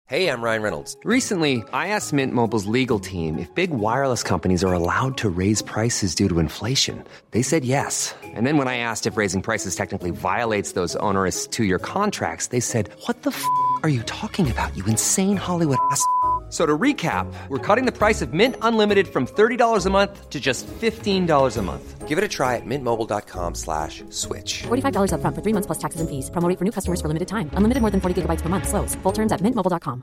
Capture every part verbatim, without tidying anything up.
Hey, I'm Ryan Reynolds. Recently, I asked Mint Mobile's legal team if big wireless companies are allowed to raise prices due to inflation. They said yes. And then when I asked if raising prices technically violates those onerous two-year contracts, they said, what the f*** are you talking about, you insane Hollywood ass f- So to recap, we're cutting the price of Mint Unlimited from thirty dollars a month to just fifteen dollars a month. Give it a try at mintmobile.com slash switch. forty-five dollars up front for three months plus taxes and fees. Promo rate for new customers for limited time. Unlimited more than forty gigabytes per month. Slows full terms at mint mobile dot com.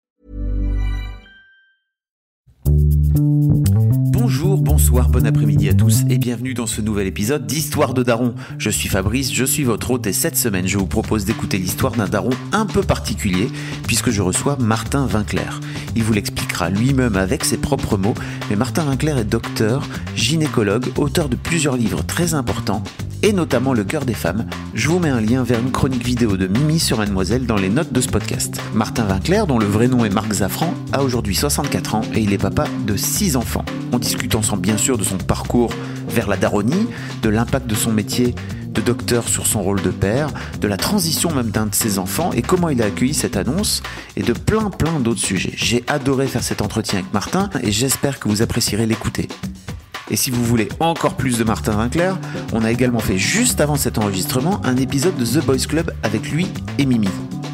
Bonjour, bonsoir, bon après-midi à tous et bienvenue dans ce nouvel épisode d'Histoire de Daron. Je suis Fabrice, je suis votre hôte et cette semaine je vous propose d'écouter l'histoire d'un daron un peu particulier puisque je reçois Martin Winkler. Il vous l'expliquera lui-même avec ses propres mots, mais Martin Winkler est docteur, gynécologue, auteur de plusieurs livres très importants et notamment Le cœur des femmes. Je vous mets un lien vers une chronique vidéo de Mimi sur Mademoiselle dans les notes de ce podcast. Martin Winkler, dont le vrai nom est Marc Zafran, a aujourd'hui soixante-quatre ans et il est papa de six enfants. On discute ensemble bien sûr de son parcours vers la daronnie, de l'impact de son métier de docteur sur son rôle de père, de la transition même d'un de ses enfants et comment il a accueilli cette annonce et de plein plein d'autres sujets. J'ai adoré faire cet entretien avec Martin et j'espère que vous apprécierez l'écouter. Et si vous voulez encore plus de Martin Winkler, on a également fait juste avant cet enregistrement un épisode de The Boys Club avec lui et Mimi.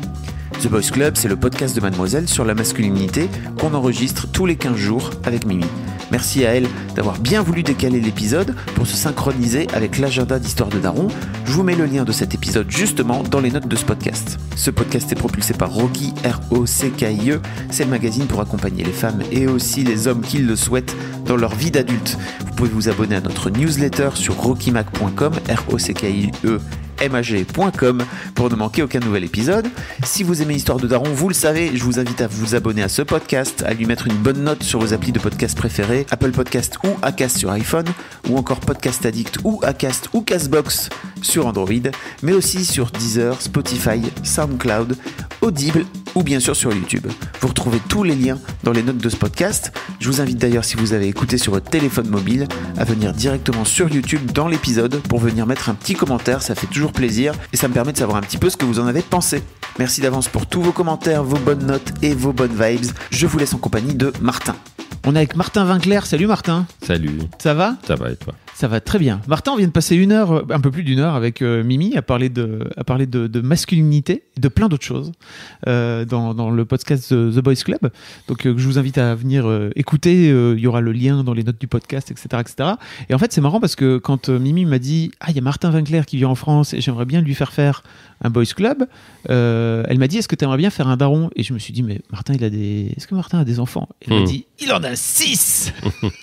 The Boys Club, c'est le podcast de Mademoiselle sur la masculinité qu'on enregistre tous les quinze jours avec Mimi. Merci à elle d'avoir bien voulu décaler l'épisode pour se synchroniser avec l'agenda d'Histoire de Daron. Je vous mets le lien de cet épisode justement dans les notes de ce podcast. Ce podcast est propulsé par Rocky, R O C K I E. C'est le magazine pour accompagner les femmes et aussi les hommes qui le souhaitent dans leur vie d'adulte. Vous pouvez vous abonner à notre newsletter sur rockymac point com, R O C K I E mag point com pour ne manquer aucun nouvel épisode. Si vous aimez Histoire de Daron, vous le savez, je vous invite à vous abonner à ce podcast, à lui mettre une bonne note sur vos applis de podcast préférés, Apple Podcast ou Acast sur iPhone, ou encore Podcast Addict ou Acast ou Castbox sur Android, mais aussi sur Deezer, Spotify, SoundCloud, Audible ou bien sûr sur YouTube. Vous retrouvez tous les liens dans les notes de ce podcast. Je vous invite d'ailleurs, si vous avez écouté sur votre téléphone mobile, à venir directement sur YouTube dans l'épisode pour venir mettre un petit commentaire, ça fait toujours plaisir et ça me permet de savoir un petit peu ce que vous en avez pensé. Merci d'avance pour tous vos commentaires, vos bonnes notes et vos bonnes vibes. Je vous laisse en compagnie de Martin. On est avec Martin Winkler. Salut Martin. Salut. Ça va ? Ça va et toi ? Ça va très bien. Martin, on vient de passer une heure, un peu plus d'une heure avec euh, Mimi à parler de, à parler de, de masculinité, de plein d'autres choses euh, dans, dans le podcast The, The Boys Club. Donc euh, je vous invite à venir euh, écouter. Il euh, y aura le lien dans les notes du podcast, et cetera, et cetera. Et en fait, c'est marrant parce que quand euh, Mimi m'a dit « Ah, il y a Martin Winkler qui vient en France et j'aimerais bien lui faire faire un Boys Club euh, », elle m'a dit « Est-ce que tu aimerais bien faire un daron ?» Et je me suis dit « Mais Martin, il a des... Est-ce que Martin a des enfants ?» Elle mmh. m'a dit « Il en a six !»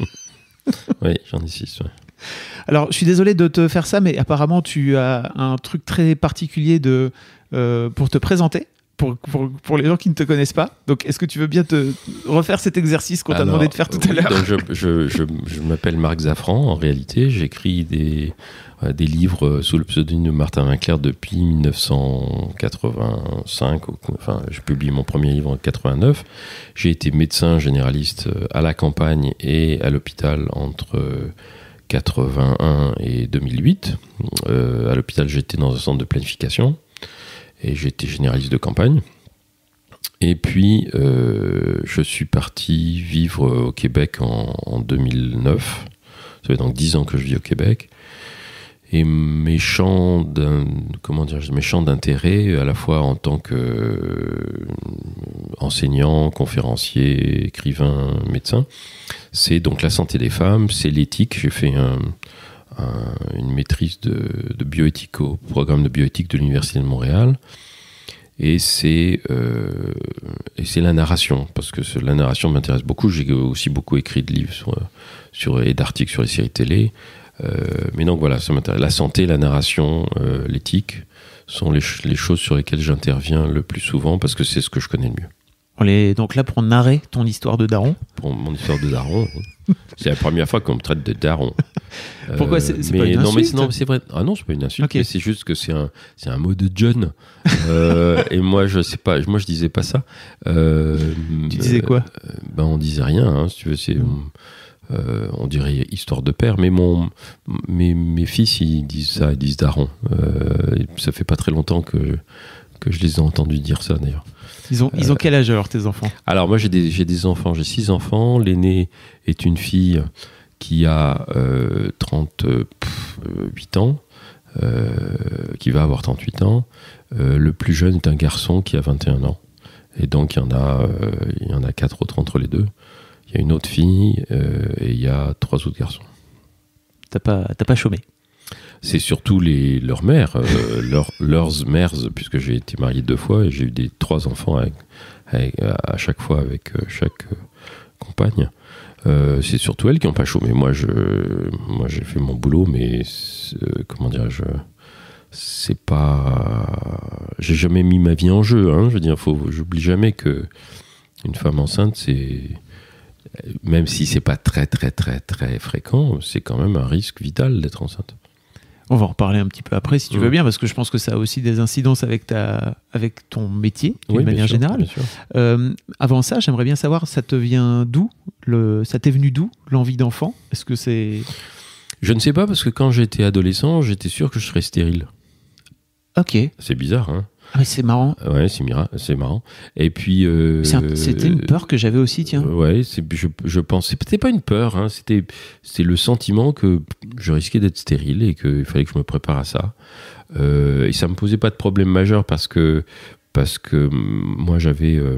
Oui, j'en ai six, ouais. Alors, je suis désolé de te faire ça, mais apparemment, tu as un truc très particulier de, euh, pour te présenter, pour, pour, pour les gens qui ne te connaissent pas. Donc, est-ce que tu veux bien te refaire cet exercice qu'on Alors, t'a demandé de faire tout oui, à l'heure ? donc je, je, je, je m'appelle Marc Zafran, en réalité. J'écris des, euh, des livres sous le pseudonyme de Martin Winkler depuis dix-neuf cent quatre-vingt-cinq. Enfin, j'ai publié mon premier livre en quatre-vingt-neuf. J'ai été médecin généraliste à la campagne et à l'hôpital entre... quatre-vingt-un et deux mille huit. Euh, à l'hôpital, j'étais dans un centre de planification et j'étais généraliste de campagne. Et puis, euh, je suis parti vivre au Québec en, en deux mille neuf. Ça fait donc dix ans que je vis au Québec. Et mes champs, d'un, comment dire, mes champs d'intérêt, à la fois en tant qu'enseignant, conférencier, écrivain, médecin, c'est donc la santé des femmes, c'est l'éthique. J'ai fait un, un, une maîtrise de, de bioéthique au programme de bioéthique de l'Université de Montréal. Et c'est, euh, et c'est la narration, parce que la narration m'intéresse beaucoup. J'ai aussi beaucoup écrit de livres sur, sur, et d'articles sur les séries télé. Euh, mais donc voilà, ça m'intéresse. La santé, la narration, euh, l'éthique sont les, ch- les choses sur lesquelles j'interviens le plus souvent parce que c'est ce que je connais le mieux. On est donc là pour narrer ton histoire de daron. Pour mon histoire de daron, oui. C'est la première fois qu'on me traite de daron. Pourquoi euh, c'est, c'est mais pas une non, insulte mais non, mais c'est vrai. Ah non, c'est pas une insulte. Okay. Mais c'est juste que c'est un, c'est un mot de John. euh, et moi, je sais pas. Moi, je disais pas ça. Euh, tu disais quoi euh, Ben, on disait rien. Hein, si tu veux, c'est. Mm. Euh, on dirait histoire de père, mais mon, mes, mes fils ils disent ça, ils disent daron. Euh, ça fait pas très longtemps que, que je les ai entendus dire ça d'ailleurs. Ils ont, ils ont quel âge alors, tes enfants ? Alors moi j'ai des, j'ai des enfants, j'ai six enfants. L'aîné est une fille qui a euh, trente-huit ans, euh, qui va avoir trente-huit ans. Euh, le plus jeune est un garçon qui a vingt et un ans. Et donc il y en a, euh, il y en a quatre autres entre les deux. Il y a une autre fille euh, et il y a trois autres garçons. T'as pas, t'as pas chômé ? C'est surtout les, leurs mères, euh, leur, leurs mères, puisque j'ai été marié deux fois et j'ai eu des, trois enfants avec, avec, à chaque fois avec euh, chaque euh, compagne. Euh, c'est surtout elles qui n'ont pas chômé. Moi, je, moi, j'ai fait mon boulot, mais euh, comment dirais-je, c'est pas, j'ai jamais mis ma vie en jeu. Hein, je veux dire, faut, j'oublie jamais que une femme enceinte, c'est, même si c'est pas très, très, très, très fréquent, c'est quand même un risque vital d'être enceinte. On va en reparler un petit peu après, si tu mmh. veux bien, parce que je pense que ça a aussi des incidences avec, ta, avec ton métier, d'une oui, manière sûr, générale. Euh, avant ça, j'aimerais bien savoir, ça te vient d'où le, ça t'est venu d'où, l'envie d'enfant ? Est-ce que c'est... Je ne sais pas, parce que quand j'étais adolescent, j'étais sûr que je serais stérile. Ok. C'est bizarre, hein ? Ah mais c'est marrant. Ouais, c'est, mira- c'est marrant. Et puis... Euh, c'est un, c'était une peur que j'avais aussi, tiens. Euh, ouais, c'est, je, je pense... C'était pas une peur, hein, c'était, c'était le sentiment que je risquais d'être stérile et qu'il fallait que je me prépare à ça. Euh, et ça me posait pas de problème majeur parce que, parce que moi, j'avais... Euh,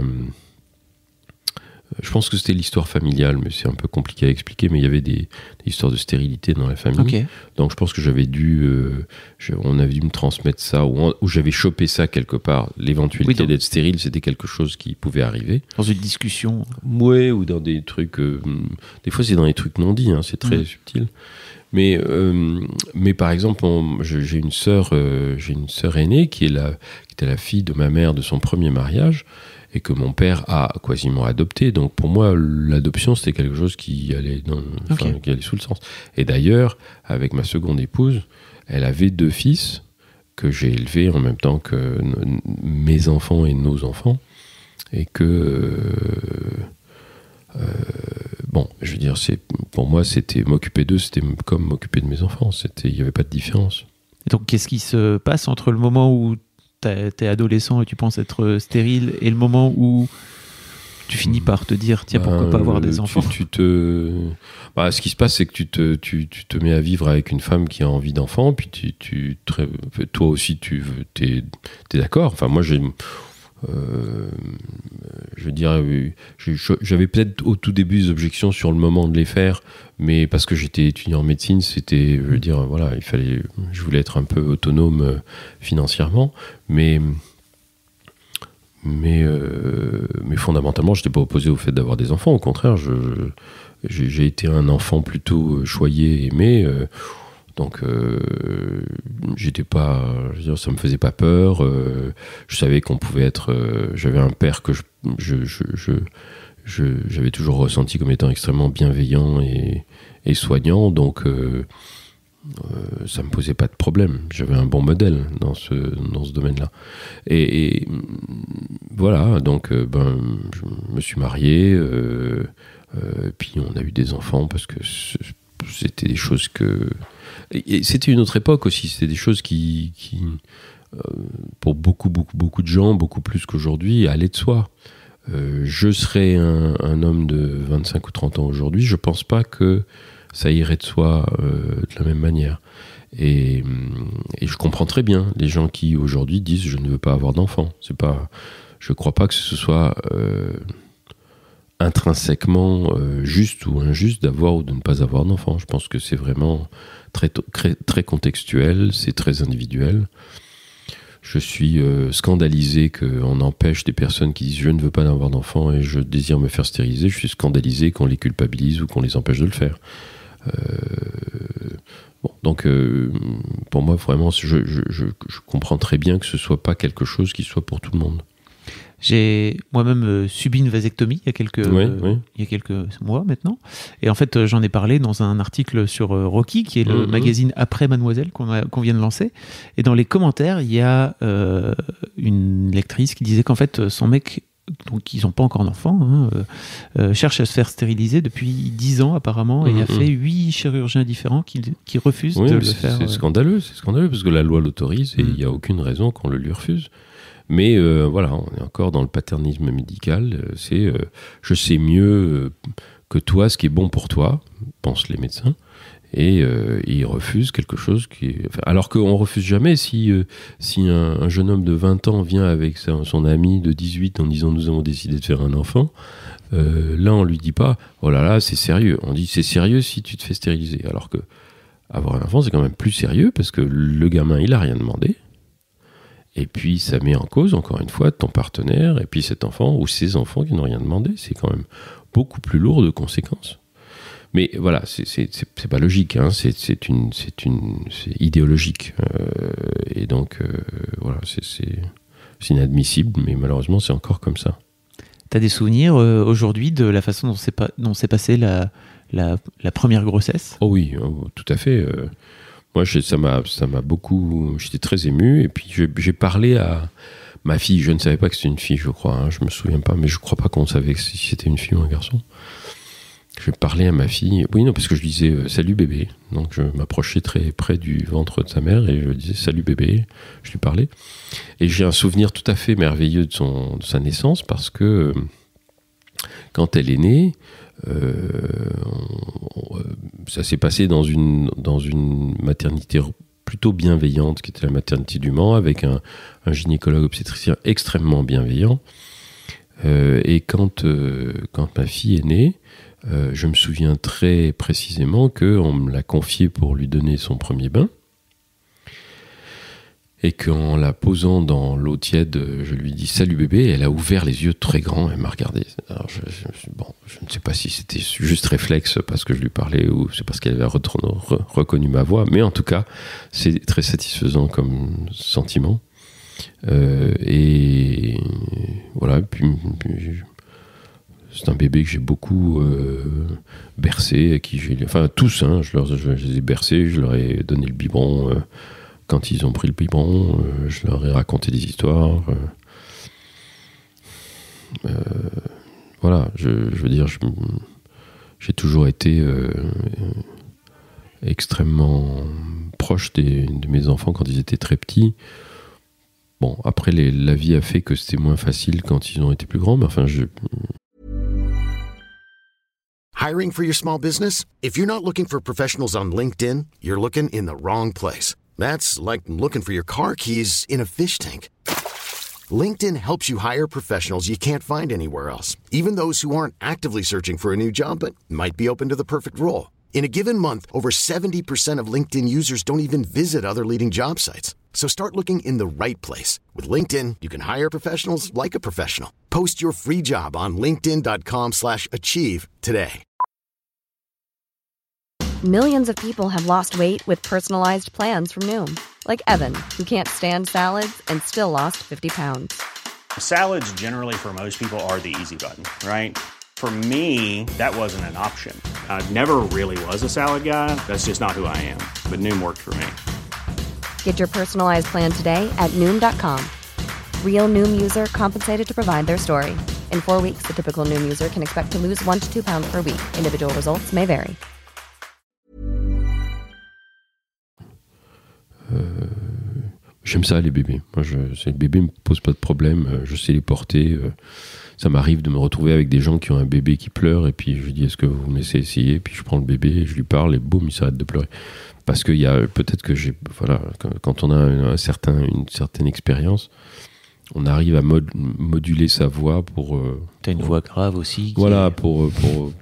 je pense que c'était l'histoire familiale, mais c'est un peu compliqué à expliquer, mais il y avait des, des histoires de stérilité dans la famille. Okay. Donc je pense que j'avais dû... Euh, je, on avait dû me transmettre ça, ou, ou j'avais chopé ça quelque part. L'éventualité oui, donc, d'être stérile, c'était quelque chose qui pouvait arriver. Dans une discussion. Ouais, ou dans des trucs... Euh, des fois, c'est dans des trucs non dits, hein, c'est très mmh. subtil. Mais, euh, mais par exemple, on, je, j'ai une sœur, euh, j'ai une sœur aînée qui, est la, qui était la fille de ma mère de son premier mariage, et que mon père a quasiment adopté. Donc pour moi, l'adoption, c'était quelque chose qui allait, dans, okay. enfin, qui allait sous le sens. Et d'ailleurs, avec ma seconde épouse, elle avait deux fils que j'ai élevés en même temps que n- mes enfants et nos enfants. Et que... Euh, euh, bon, je veux dire, c'est, pour moi, c'était m'occuper d'eux, c'était comme m'occuper de mes enfants. C'était, il n'y avait pas de différence. Et donc, qu'est-ce qui se passe entre le moment où t'es adolescent et tu penses être stérile et le moment où tu finis par te dire tiens, pourquoi bah, pas avoir des enfants ? tu, tu te... bah, ce qui se passe, c'est que tu te, tu, tu te mets à vivre avec une femme qui a envie d'enfant, puis tu, tu, toi aussi tu es d'accord. Enfin, moi j'ai... Euh, je veux dire, j'avais peut-être au tout début des objections sur le moment de les faire, mais parce que j'étais étudiant en médecine, c'était, je veux dire, voilà, il fallait, je voulais être un peu autonome financièrement, mais mais euh, mais fondamentalement, j'étais pas opposé au fait d'avoir des enfants. Au contraire, je, j'ai, j'ai été un enfant plutôt choyé, aimé. Euh, Donc, euh, j'étais pas, je veux dire, ça me faisait pas peur. Euh, je savais qu'on pouvait être. Euh, j'avais un père que je, je, je, je, je, j'avais toujours ressenti comme étant extrêmement bienveillant et, et soignant. Donc, euh, euh, ça me posait pas de problème. J'avais un bon modèle dans ce, dans ce domaine-là. Et, et voilà. Donc, euh, ben, je me suis marié. Euh, euh, puis, on a eu des enfants parce que c'était des choses que. Et c'était une autre époque aussi, c'était des choses qui, qui euh, pour beaucoup, beaucoup, beaucoup de gens, beaucoup plus qu'aujourd'hui, allaient de soi. Euh, je serais un, un homme de vingt-cinq ou trente ans aujourd'hui, je pense pas que ça irait de soi euh, de la même manière. Et, et je comprends très bien les gens qui aujourd'hui disent je ne veux pas avoir d'enfant. C'est pas, je crois pas que ce soit euh, intrinsèquement euh, juste ou injuste d'avoir ou de ne pas avoir d'enfant. Je pense que c'est vraiment très, très, très contextuel, c'est très individuel. Je suis euh, scandalisé qu'on empêche des personnes qui disent je ne veux pas avoir d'enfant et je désire me faire stériliser. Je suis scandalisé qu'on les culpabilise ou qu'on les empêche de le faire. Euh, bon, donc euh, pour moi vraiment je, je, je, je comprends très bien que ce soit pas quelque chose qui soit pour tout le monde. J'ai moi-même euh, subi une vasectomie il y a quelques oui, euh, oui. il y a quelques mois maintenant, et en fait euh, j'en ai parlé dans un article sur euh, Rocky, qui est le mmh, magazine après Mademoiselle qu'on, a, qu'on vient de lancer, et dans les commentaires il y a euh, une lectrice qui disait qu'en fait son mec, donc ils n'ont pas encore d'enfant, hein, euh, euh, cherche à se faire stériliser depuis dix ans apparemment, et mmh, a fait huit chirurgiens différents qui, qui refusent oui, de le c'est, faire. C'est euh... scandaleux, c'est scandaleux parce que la loi l'autorise et il mmh. n'y a aucune raison qu'on le lui refuse. Mais euh, voilà, on est encore dans le paternisme médical. C'est euh, je sais mieux que toi ce qui est bon pour toi, pensent les médecins. Et euh, ils refusent quelque chose qui est... Enfin, alors qu'on refuse jamais si, euh, si un, un jeune homme de vingt ans vient avec sa, son ami de dix-huit en disant nous avons décidé de faire un enfant, euh, là on lui dit pas oh là là c'est sérieux, on dit c'est sérieux si tu te fais stériliser, alors que avoir un enfant c'est quand même plus sérieux parce que le gamin il a rien demandé et puis ça met en cause encore une fois ton partenaire et puis cet enfant ou ces enfants qui n'ont rien demandé, c'est quand même beaucoup plus lourd de conséquences. Mais voilà, c'est, c'est, c'est, c'est pas logique, hein. c'est, c'est, une, c'est, une, c'est idéologique. Euh, et donc, euh, voilà, c'est, c'est, c'est inadmissible, mais malheureusement, c'est encore comme ça. Tu as des souvenirs euh, aujourd'hui de la façon dont s'est, pas, dont s'est passée la, la, la première grossesse ? Oh oui, oh, tout à fait. Euh, moi, j'ai, ça, m'a, ça m'a beaucoup... J'étais très ému, et puis j'ai, j'ai parlé à ma fille. Je ne savais pas que c'était une fille, je crois, hein, je me souviens pas, mais je crois pas qu'on savait si c'était une fille ou un garçon. Je parlais à ma fille, oui non parce que je disais euh, salut bébé, donc je m'approchais très près du ventre de sa mère et je disais salut bébé, je lui parlais et j'ai un souvenir tout à fait merveilleux de, son, de sa naissance parce que euh, quand elle est née, euh, on, on, ça s'est passé dans une, dans une maternité plutôt bienveillante qui était la maternité du Mans avec un, un gynécologue obstétricien extrêmement bienveillant euh, et quand, euh, quand ma fille est née, Euh, je me souviens très précisément qu'on me l'a confié pour lui donner son premier bain et qu'en la posant dans l'eau tiède, je lui dis « Salut bébé » et elle a ouvert les yeux très grands, elle m'a regardé. Alors je, je, bon, je ne sais pas si c'était juste réflexe parce que je lui parlais ou c'est parce qu'elle avait retourné, re, reconnu ma voix, mais en tout cas, c'est très satisfaisant comme sentiment. Euh, et voilà, puis... puis c'est un bébé que j'ai beaucoup euh, bercé, à qui j'ai, enfin tous, hein, je, leur, je, je les ai bercés, je leur ai donné le biberon euh, quand ils ont pris le biberon, euh, je leur ai raconté des histoires. Euh, euh, voilà, je, je veux dire, je, j'ai toujours été euh, extrêmement proche des, de mes enfants quand ils étaient très petits. Bon, après, les, la vie a fait que c'était moins facile quand ils ont été plus grands, mais enfin, je... Hiring for your small business? If you're not looking for professionals on LinkedIn, you're looking in the wrong place. That's like looking for your car keys in a fish tank. LinkedIn helps you hire professionals you can't find anywhere else, even those who aren't actively searching for a new job but might be open to the perfect role. In a given month, over seventy percent of LinkedIn users don't even visit other leading job sites. So start looking in the right place. With LinkedIn, you can hire professionals like a professional. Post your free job on linkedin.com slash achieve today. Millions of people have lost weight with personalized plans from Noom. Like Evan, who can't stand salads and still lost fifty pounds. Salads generally for most people are the easy button, right? For me, that wasn't an option. I never really was a salad guy. That's just not who I am. But Noom worked for me. Get your personalized plan today at Noom dot com. Real Noom user compensated to provide their story. In four weeks, the typical Noom user can expect to lose one to two pounds per week. Individual results may vary. Euh, j'aime ça les bébés. Moi, je, les bébés me posent pas de problème. Je sais les porter. Ça m'arrive de me retrouver avec des gens qui ont un bébé qui pleure et puis je lui dis est-ce que vous me laissez essayer, puis je prends le bébé et je lui parle et boum il s'arrête de pleurer. Parce qu'il y a peut-être que j'ai voilà quand on a un certain, une certaine expérience, on arrive à mod, moduler sa voix pour. Euh, T'as une pour, voix grave aussi. Voilà est... pour pour.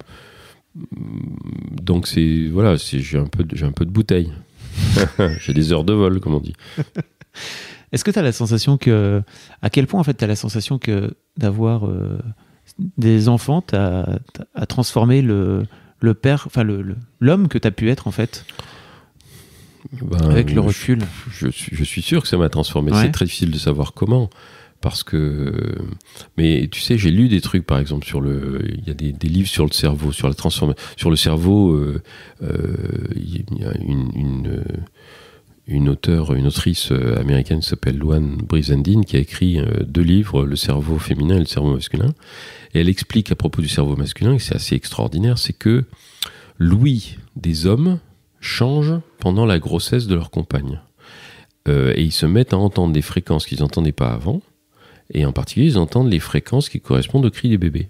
Donc c'est voilà c'est j'ai un peu de, j'ai un peu de bouteille. J'ai des heures de vol comme on dit. Est-ce que tu as la sensation que à quel point en fait tu as la sensation que d'avoir euh, des enfants t'as, t'as, a transformé le le père enfin le, le l'homme que tu as pu être en fait? Ben, avec le recul. Je, je, suis, je suis sûr que ça m'a transformé. Ouais. C'est très difficile de savoir comment. Parce que. Mais tu sais, j'ai lu des trucs, par exemple, sur le. Il y a des, des livres sur le cerveau, sur la transformation. Sur le cerveau, euh, euh, il y a une, une, une auteure, une autrice américaine qui s'appelle Luann Brizendine, qui a écrit deux livres, Le cerveau féminin et le cerveau masculin. Et elle explique à propos du cerveau masculin, et c'est assez extraordinaire, c'est que l'ouïe des hommes change pendant la grossesse de leur compagne. Euh, et ils se mettent à entendre des fréquences qu'ils n'entendaient pas avant. Et en particulier, ils entendent les fréquences qui correspondent aux cris des bébés.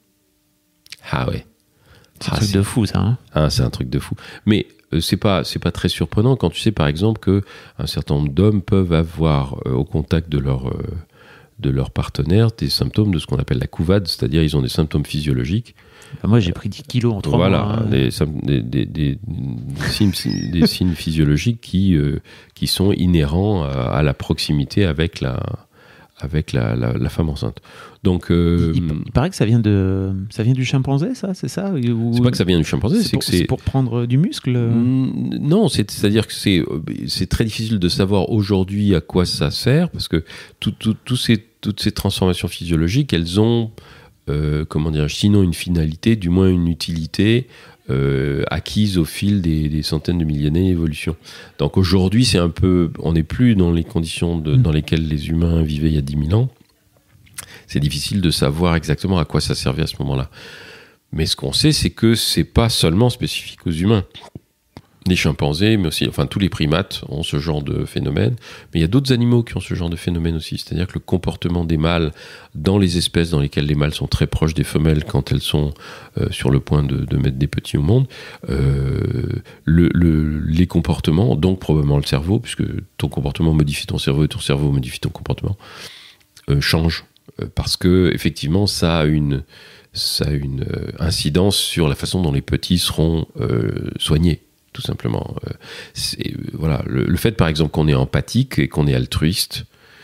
Ah ouais. C'est ah, un truc c'est... de fou, ça. Hein ah, c'est un truc de fou. Mais euh, c'est pas, c'est pas très surprenant quand tu sais, par exemple, qu'un certain nombre d'hommes peuvent avoir, euh, au contact de leur, euh, de leur partenaire, des symptômes de ce qu'on appelle la couvade, c'est-à-dire ils ont des symptômes physiologiques. Bah moi, j'ai pris dix kilos en trois voilà, mois. Hein. Des, des, des, des, des, signes, des signes physiologiques qui, euh, qui sont inhérents à, à la proximité avec la, avec la, la, la femme enceinte. Donc, euh, il, il, il paraît que ça vient, de, ça vient du chimpanzé, ça, c'est ça ou... C'est pas que ça vient du chimpanzé, c'est, c'est pour, que c'est... c'est pour prendre du muscle. Non, c'est, c'est-à-dire que c'est, c'est très difficile de savoir aujourd'hui à quoi ça sert, parce que tout, tout, tout ces, toutes ces transformations physiologiques, elles ont... Euh, comment dire, sinon une finalité, du moins une utilité euh, acquise au fil des, des centaines de milliers d'années d'évolution. Donc aujourd'hui, c'est un peu, on n'est plus dans les conditions de, mmh. dans lesquelles les humains vivaient il y a dix mille ans. C'est difficile de savoir exactement à quoi ça servait à ce moment-là. Mais ce qu'on sait, c'est que c'est pas seulement spécifique aux humains. Les chimpanzés, mais aussi, enfin tous les primates ont ce genre de phénomène, mais il y a d'autres animaux qui ont ce genre de phénomène aussi, c'est-à-dire que le comportement des mâles dans les espèces dans lesquelles les mâles sont très proches des femelles quand elles sont euh, sur le point de, de mettre des petits au monde, euh, le, le, les comportements, donc probablement le cerveau, puisque ton comportement modifie ton cerveau et ton cerveau modifie ton comportement, euh, changent, euh, parce que effectivement ça a une, ça a une euh, incidence sur la façon dont les petits seront euh, soignés. Tout simplement. C'est, voilà, le, le fait, par exemple, qu'on est empathique et qu'on est altruiste,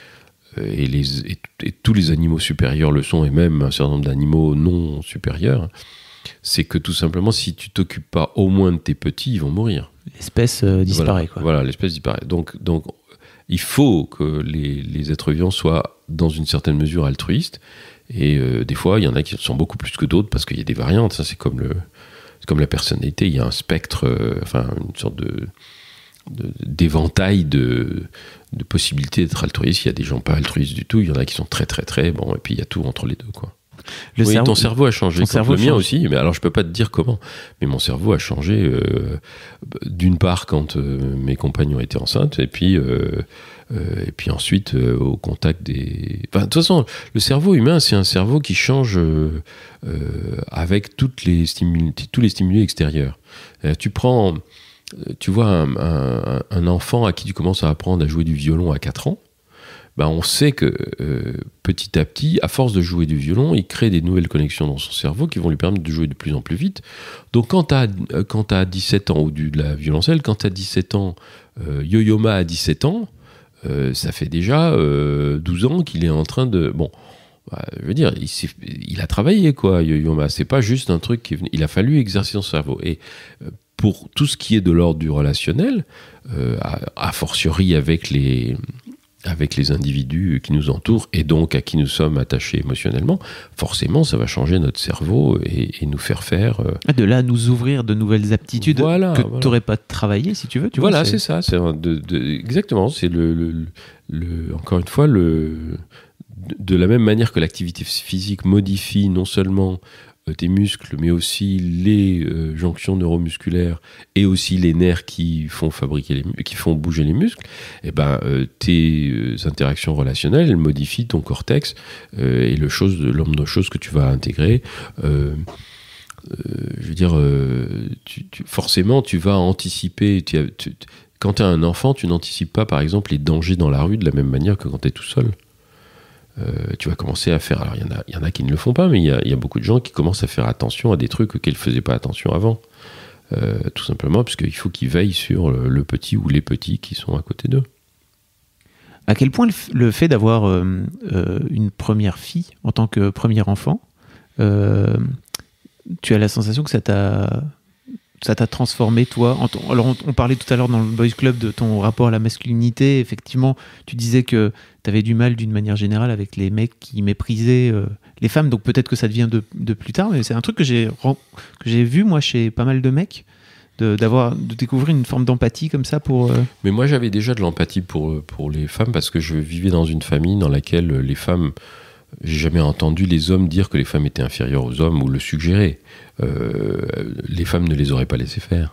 et, les, et, et tous les animaux supérieurs le sont, et même un certain nombre d'animaux non supérieurs, c'est que tout simplement, si tu t'occupes pas au moins de tes petits, ils vont mourir. L'espèce euh, disparaît. Voilà, quoi. voilà, l'espèce disparaît. Donc, donc il faut que les, les êtres vivants soient, dans une certaine mesure, altruistes. Et euh, des fois, il y en a qui sont beaucoup plus que d'autres, parce qu'il y a des variantes. Ça, c'est comme le... comme la personnalité, il y a un spectre, euh, enfin une sorte de, de d'éventail de, de possibilités d'être altruiste. Il y a des gens pas altruistes du tout, il y en a qui sont très très très bon, et puis il y a tout entre les deux, quoi. Le oui, cerveau, ton cerveau a changé, comme cerveau le mien change. Aussi. Mais alors je peux pas te dire comment, mais mon cerveau a changé. Euh, d'une part quand euh, mes compagnons étaient enceintes, et puis euh, euh, et puis ensuite euh, au contact des. Enfin, de toute façon, le cerveau humain, c'est un cerveau qui change euh, euh, avec toutes les stimuli, tous les stimuli extérieurs. Euh, tu prends, tu vois un, un, un enfant à qui tu commences à apprendre à jouer du violon à quatre ans. Ben on sait que euh, petit à petit, à force de jouer du violon, il crée des nouvelles connexions dans son cerveau qui vont lui permettre de jouer de plus en plus vite. Donc quand tu as euh, quand tu as dix-sept ans, ou du, de la violoncelle, quand tu as dix-sept ans, euh, Yo-Yo Ma a dix-sept ans, euh, ça fait déjà euh, douze ans qu'il est en train de... Bon, bah, je veux dire, il, il a travaillé, quoi, Yo-Yo Ma. C'est pas juste un truc qui est venu... Il a fallu exercer son cerveau. Et euh, pour tout ce qui est de l'ordre du relationnel, euh, a, a fortiori avec les... avec les individus qui nous entourent et donc à qui nous sommes attachés émotionnellement, forcément ça va changer notre cerveau et, et nous faire faire... Euh... De là à nous ouvrir de nouvelles aptitudes voilà, que voilà. tu n'aurais pas travaillé si tu veux. Tu voilà, vois, c'est, c'est ça. C'est un, de, de, exactement, c'est le, le, le, encore une fois, le, de, de la même manière que l'activité physique modifie non seulement tes muscles, mais aussi les euh, jonctions neuromusculaires et aussi les nerfs qui font fabriquer les, qui font bouger les muscles, et ben euh, tes euh, interactions relationnelles, elles modifient ton cortex euh, et le chose, le nombre de choses que tu vas intégrer. Euh, euh, je veux dire, euh, tu, tu, forcément, tu vas anticiper. Tu as, tu, quand tu as un enfant, tu n'anticipes pas, par exemple, les dangers dans la rue de la même manière que quand tu es tout seul. Euh, tu vas commencer à faire... Alors, il y, y en a qui ne le font pas, mais il y, y a beaucoup de gens qui commencent à faire attention à des trucs auxquels ils ne faisaient pas attention avant. Euh, tout simplement parce qu'il faut qu'ils veillent sur le, le petit ou les petits qui sont à côté d'eux. À quel point le, f- le fait d'avoir euh, euh, une première fille en tant que premier enfant, euh, tu as la sensation que ça t'a... ça t'a transformé, toi en t- Alors, on, on parlait tout à l'heure dans le Boys Club de ton rapport à la masculinité. Effectivement, tu disais que tu avais du mal, d'une manière générale, avec les mecs qui méprisaient euh, les femmes. Donc, peut-être que ça devient de, de plus tard. Mais c'est un truc que j'ai, que j'ai vu, moi, chez pas mal de mecs, de, d'avoir, de découvrir une forme d'empathie comme ça pour... Euh... Mais moi, j'avais déjà de l'empathie pour, pour les femmes parce que je vivais dans une famille dans laquelle les femmes j'ai jamais entendu les hommes dire que les femmes étaient inférieures aux hommes ou le suggérer. Euh, les femmes ne les auraient pas laissé faire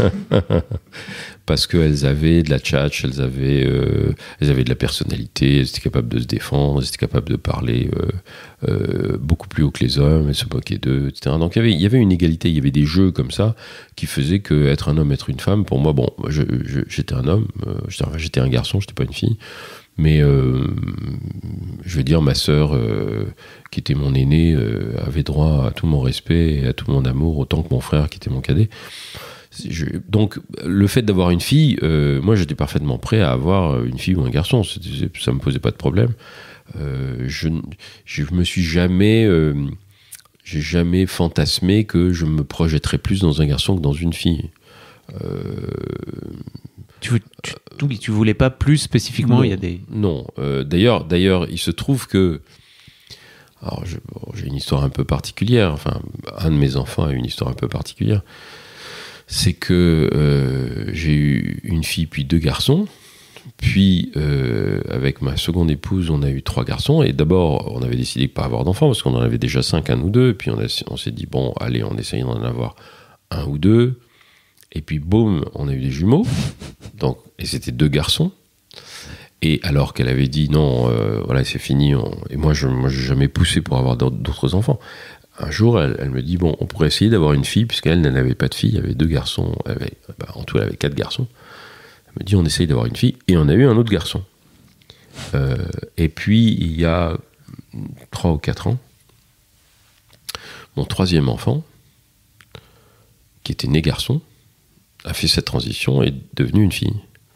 parce qu'elles avaient de la tchatch, elles avaient, euh, elles avaient de la personnalité, elles étaient capables de se défendre, elles étaient capables de parler euh, euh, beaucoup plus haut que les hommes, elles se moquaient d'eux, et cetera. Donc il y avait, il y avait une égalité, il y avait des jeux comme ça qui faisaient que être un homme, être une femme, pour moi, bon, je, je, j'étais un homme, euh, j'étais, j'étais un garçon, j'étais pas une fille. Mais euh, je veux dire, ma sœur, euh, qui était mon aînée, euh, avait droit à tout mon respect et à tout mon amour, autant que mon frère, qui était mon cadet. Je, donc, le fait d'avoir une fille, euh, moi, j'étais parfaitement prêt à avoir une fille ou un garçon. C'était, ça me posait pas de problème. Euh, je, je me suis jamais, euh, j'ai jamais fantasmé que je me projetterais plus dans un garçon que dans une fille. Euh, Tu, tu, tu, tu voulais pas plus spécifiquement, non, il y a des... Non, euh, d'ailleurs, d'ailleurs, il se trouve que... Alors, je, bon, j'ai une histoire un peu particulière, enfin, un de mes enfants a une histoire un peu particulière. C'est que euh, j'ai eu une fille puis deux garçons, puis euh, avec ma seconde épouse, on a eu trois garçons, et d'abord, on avait décidé de ne pas avoir d'enfants, parce qu'on en avait déjà cinq, un ou deux, puis on, a, on s'est dit, bon, allez, on essaye d'en avoir un ou deux, et puis boum, on a eu des jumeaux, donc, et c'était deux garçons. Et alors qu'elle avait dit non, euh, voilà, c'est fini. On... Et moi, je n'ai jamais poussé pour avoir d'autres enfants. Un jour, elle, elle me dit bon, on pourrait essayer d'avoir une fille, puisqu'elle n'avait pas de fille, il y avait deux garçons. Elle avait, bah, en tout, elle avait quatre garçons. Elle me dit on essaye d'avoir une fille, et on a eu un autre garçon. Euh, et puis, il y a trois ou quatre ans, mon troisième enfant, qui était né garçon, a fait cette transition et est devenue une fille.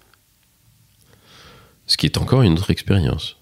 Ce qui est encore une autre expérience,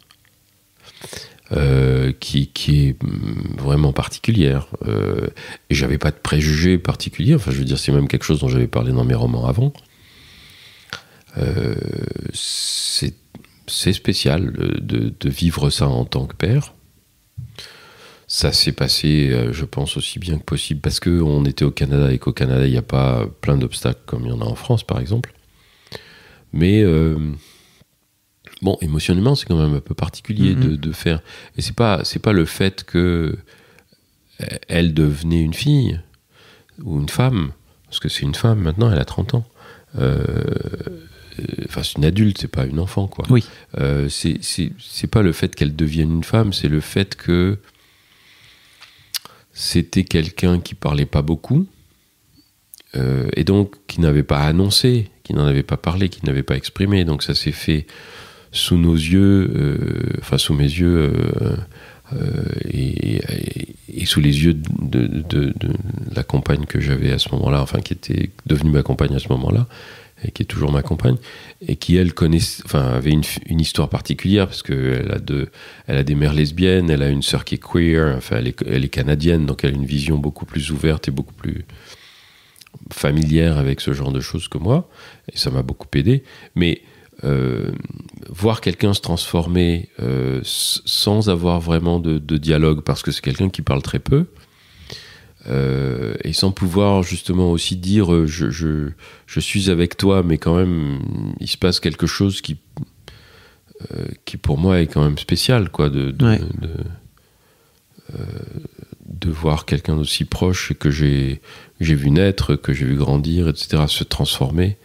euh, qui, qui est vraiment particulière. Euh, et j'avais pas de préjugés particuliers, enfin je veux dire, c'est même quelque chose dont j'avais parlé dans mes romans avant. Euh, c'est, c'est spécial de, de vivre ça en tant que père. Ça s'est passé, je pense, aussi bien que possible, parce qu'on était au Canada et qu'au Canada, il n'y a pas plein d'obstacles comme il y en a en France, par exemple. Mais, euh, bon, émotionnellement, c'est quand même un peu particulier mm-hmm. de, de faire... Et c'est pas, c'est pas le fait qu'elle devenait une fille ou une femme, parce que c'est une femme maintenant, elle a trente ans. Euh, Enfin, c'est une adulte, c'est pas une enfant, quoi. Oui. Euh, c'est, c'est, c'est pas le fait qu'elle devienne une femme, c'est le fait que c'était quelqu'un qui parlait pas beaucoup, euh, et donc qui n'avait pas annoncé, qui n'en avait pas parlé, qui n'avait pas exprimé. Donc ça s'est fait sous nos yeux, euh, enfin sous mes yeux, euh, euh, et, et, et sous les yeux de, de, de, de la compagne que j'avais à ce moment-là, enfin qui était devenue ma compagne à ce moment-là, et qui est toujours ma compagne, et qui, elle, connaissait, enfin, avait une, une histoire particulière, parce qu'elle a, de, elle a des mères lesbiennes, elle a une sœur qui est queer, enfin, elle est, elle est canadienne, donc elle a une vision beaucoup plus ouverte et beaucoup plus familière avec ce genre de choses que moi, et ça m'a beaucoup aidé. Mais euh, voir quelqu'un se transformer euh, sans avoir vraiment de, de dialogue, parce que c'est quelqu'un qui parle très peu, Euh, et sans pouvoir justement aussi dire euh, je, je, je suis avec toi, mais quand même il se passe quelque chose qui, euh, qui pour moi est quand même spécial, quoi, de, de, ouais. de, euh, de voir quelqu'un d'aussi proche que j'ai, j'ai vu naître, que j'ai vu grandir, et cetera, se transformer.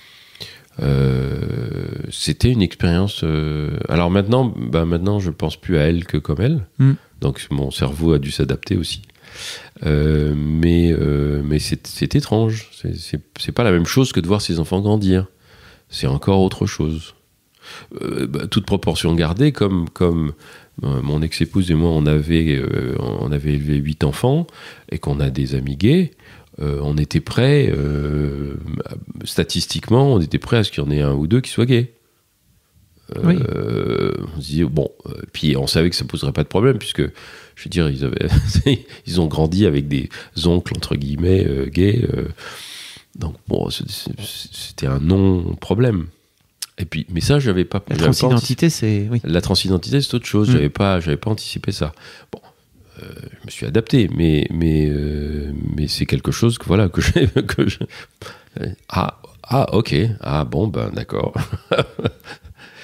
Euh, c'était une expérience. Euh... Alors maintenant, bah maintenant, je pense plus à elle que comme elle. Mm. Donc mon cerveau a dû s'adapter aussi. Euh, mais euh, mais c'est, c'est étrange. C'est, c'est, c'est pas la même chose que de voir ses enfants grandir. C'est encore autre chose. Euh, bah, toute proportion gardée, comme comme euh, mon ex-épouse et moi, on avait euh, on avait élevé huit enfants et qu'on a des amis gays. Euh, on était prêts, euh, statistiquement, on était prêts à ce qu'il y en ait un ou deux qui soient gays. Euh, oui. On se dit, bon, euh, puis on savait que ça poserait pas de problème, puisque, je veux dire, ils, avaient ils ont grandi avec des oncles, entre guillemets, euh, gays. Euh, donc, bon, c'était un non-problème. Et puis, mais ça, j'avais pas. La j'avais transidentité, pas c'est. Oui. La transidentité, c'est autre chose. Mmh. J'avais pas, j'avais pas anticipé ça. Bon. Euh, je me suis adapté, mais mais euh, mais c'est quelque chose que voilà que j'ai que je... ah ah ok ah bon ben d'accord.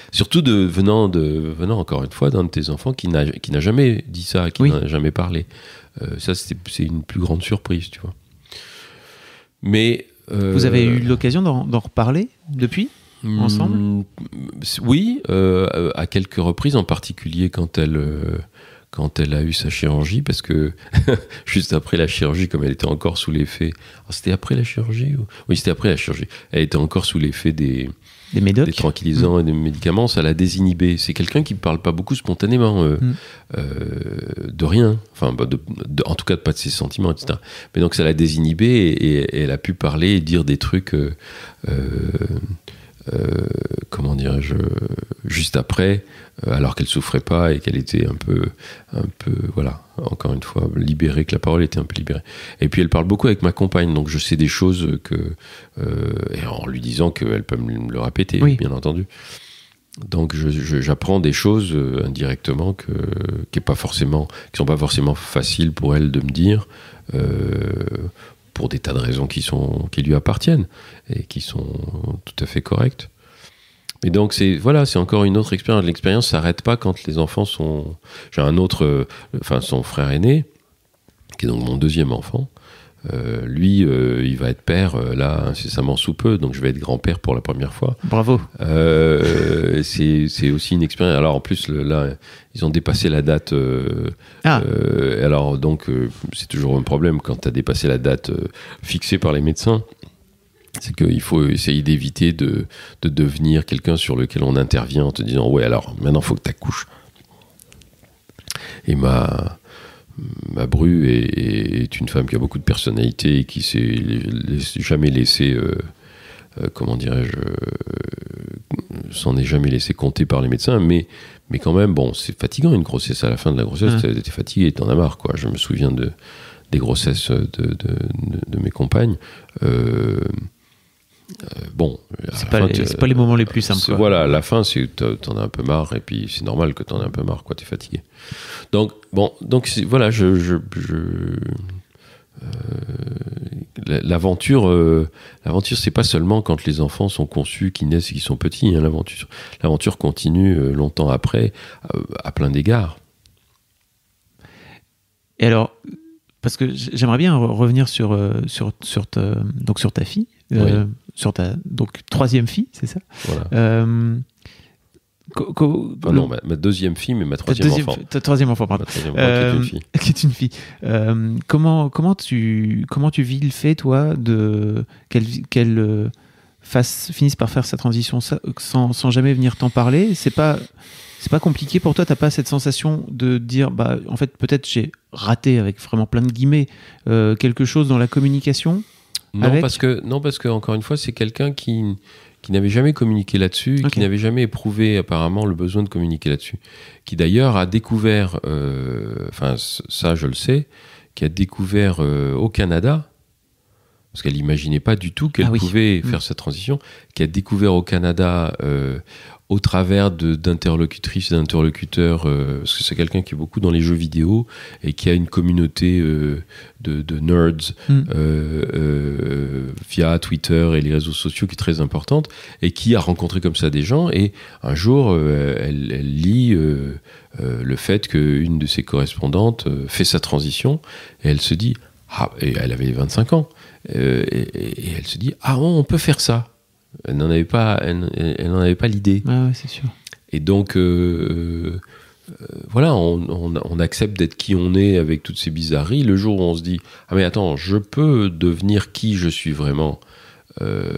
Surtout de, venant, de, venant, encore une fois, d'un de tes enfants qui n'a, qui n'a jamais dit ça, qui oui. n'en a jamais parlé. Euh, ça, c'est, c'est une plus grande surprise, tu vois. Mais... Euh, Vous avez eu l'occasion d'en, d'en reparler depuis, ensemble ? mm, Oui, euh, à quelques reprises, en particulier quand elle... Euh, quand elle a eu sa chirurgie, parce que juste après la chirurgie, comme elle était encore sous l'effet... Alors, c'était après la chirurgie ou... Oui, c'était après la chirurgie. Elle était encore sous l'effet des, des, médocs. des tranquillisants mmh. et des médicaments, ça l'a désinhibée. C'est quelqu'un qui ne parle pas beaucoup spontanément, euh, mmh. euh, de rien, enfin, de, de, en tout cas pas de ses sentiments, et cetera. Mais donc ça l'a désinhibée et, et elle a pu parler et dire des trucs... Euh, euh, Euh, comment dirais-je, juste après, euh, alors qu'elle souffrait pas et qu'elle était un peu, un peu, voilà, encore une fois, libérée, que la parole était un peu libérée. Et puis elle parle beaucoup avec ma compagne, donc je sais des choses que, euh, et en lui disant qu'elle peut me le répéter, oui. bien entendu. Donc je, je, j'apprends des choses euh, indirectement que, qui est pas forcément, qui sont pas forcément faciles pour elle de me dire. Euh, pour des tas de raisons qui, sont, qui lui appartiennent et qui sont tout à fait correctes. Et donc, c'est, voilà, c'est encore une autre expérience. L'expérience ne s'arrête pas quand les enfants sont... J'ai un autre, euh, enfin, son frère aîné, qui est donc mon deuxième enfant. Euh, lui, euh, il va être père, euh, là, incessamment sous peu, donc je vais être grand-père pour la première fois. Bravo. Euh, c'est, c'est aussi une expérience. Alors, en plus, le, là, ils ont dépassé la date. Euh, ah. euh, alors, donc, euh, c'est toujours un problème quand tu as dépassé la date euh, fixée par les médecins. C'est qu'il faut essayer d'éviter de, de devenir quelqu'un sur lequel on intervient en te disant « Ouais, alors, maintenant, il faut que tu accouches. » Et ma... Ma bru est, est une femme qui a beaucoup de personnalité et qui s'est laissé, jamais laissé, euh, euh, comment dirais-je, euh, s'en est jamais laissé compter par les médecins, mais, mais quand même, bon, c'est fatigant une grossesse. À la fin de la grossesse, mmh. t'es fatigué, t'en as marre, quoi. Je me souviens de, des grossesses de, de, de, de mes compagnes. Euh, Euh, bon, c'est pas, fin, les, c'est pas les moments les plus simples. Voilà, à la fin, c'est, t'en as un peu marre, et puis c'est normal que t'en aies un peu marre, quoi, t'es fatigué. Donc, bon, donc c'est, voilà, je. je, je euh, l'aventure, euh, l'aventure, c'est pas seulement quand les enfants sont conçus, qu'ils naissent et qu'ils sont petits, hein, l'aventure. L'aventure continue euh, longtemps après, euh, à plein d'égards. Et alors, parce que j'aimerais bien revenir sur, sur, sur, ta, donc sur ta fille. Euh, oui. Sur ta donc troisième fille, c'est ça. Voilà. Euh, co- co- oh non, ma, ma deuxième fille, mais ma troisième ta deuxième, enfant. Ta troisième enfant, pardon. Ma troisième enfant, euh, qui est une fille. Qui est une fille. Euh, comment comment tu comment tu vis le fait, toi, de qu'elle qu'elle euh, fasse finisse par faire sa transition sans sans jamais venir t'en parler. C'est pas c'est pas compliqué pour toi. T'as pas cette sensation de dire bah en fait peut-être j'ai raté avec vraiment plein de guillemets euh, quelque chose dans la communication. Non avec... parce que non parce que encore une fois c'est quelqu'un qui qui n'avait jamais communiqué là-dessus, okay. qui n'avait jamais éprouvé apparemment le besoin de communiquer là-dessus, qui d'ailleurs a découvert, enfin euh, ça je le sais, qui a découvert euh, au Canada, parce qu'elle n'imaginait pas du tout qu'elle ah oui. pouvait mmh. faire cette transition, qui a découvert au Canada euh, au travers de, d'interlocutrices et d'interlocuteurs, euh, parce que c'est quelqu'un qui est beaucoup dans les jeux vidéo et qui a une communauté euh, de, de nerds mm. euh, euh, via Twitter et les réseaux sociaux qui est très importante et qui a rencontré comme ça des gens. Et un jour, euh, elle, elle lit euh, euh, le fait qu'une de ses correspondantes euh, fait sa transition et elle se dit, ah, et elle avait vingt-cinq ans, euh, et, et elle se dit, ah, on peut faire ça. Elle n'en avait pas, elle, elle n'en avait pas l'idée. Ah ouais, c'est sûr. Et donc, euh, euh, voilà, on, on, on accepte d'être qui on est avec toutes ces bizarreries. Le jour où on se dit, ah mais attends, je peux devenir qui je suis vraiment. Euh,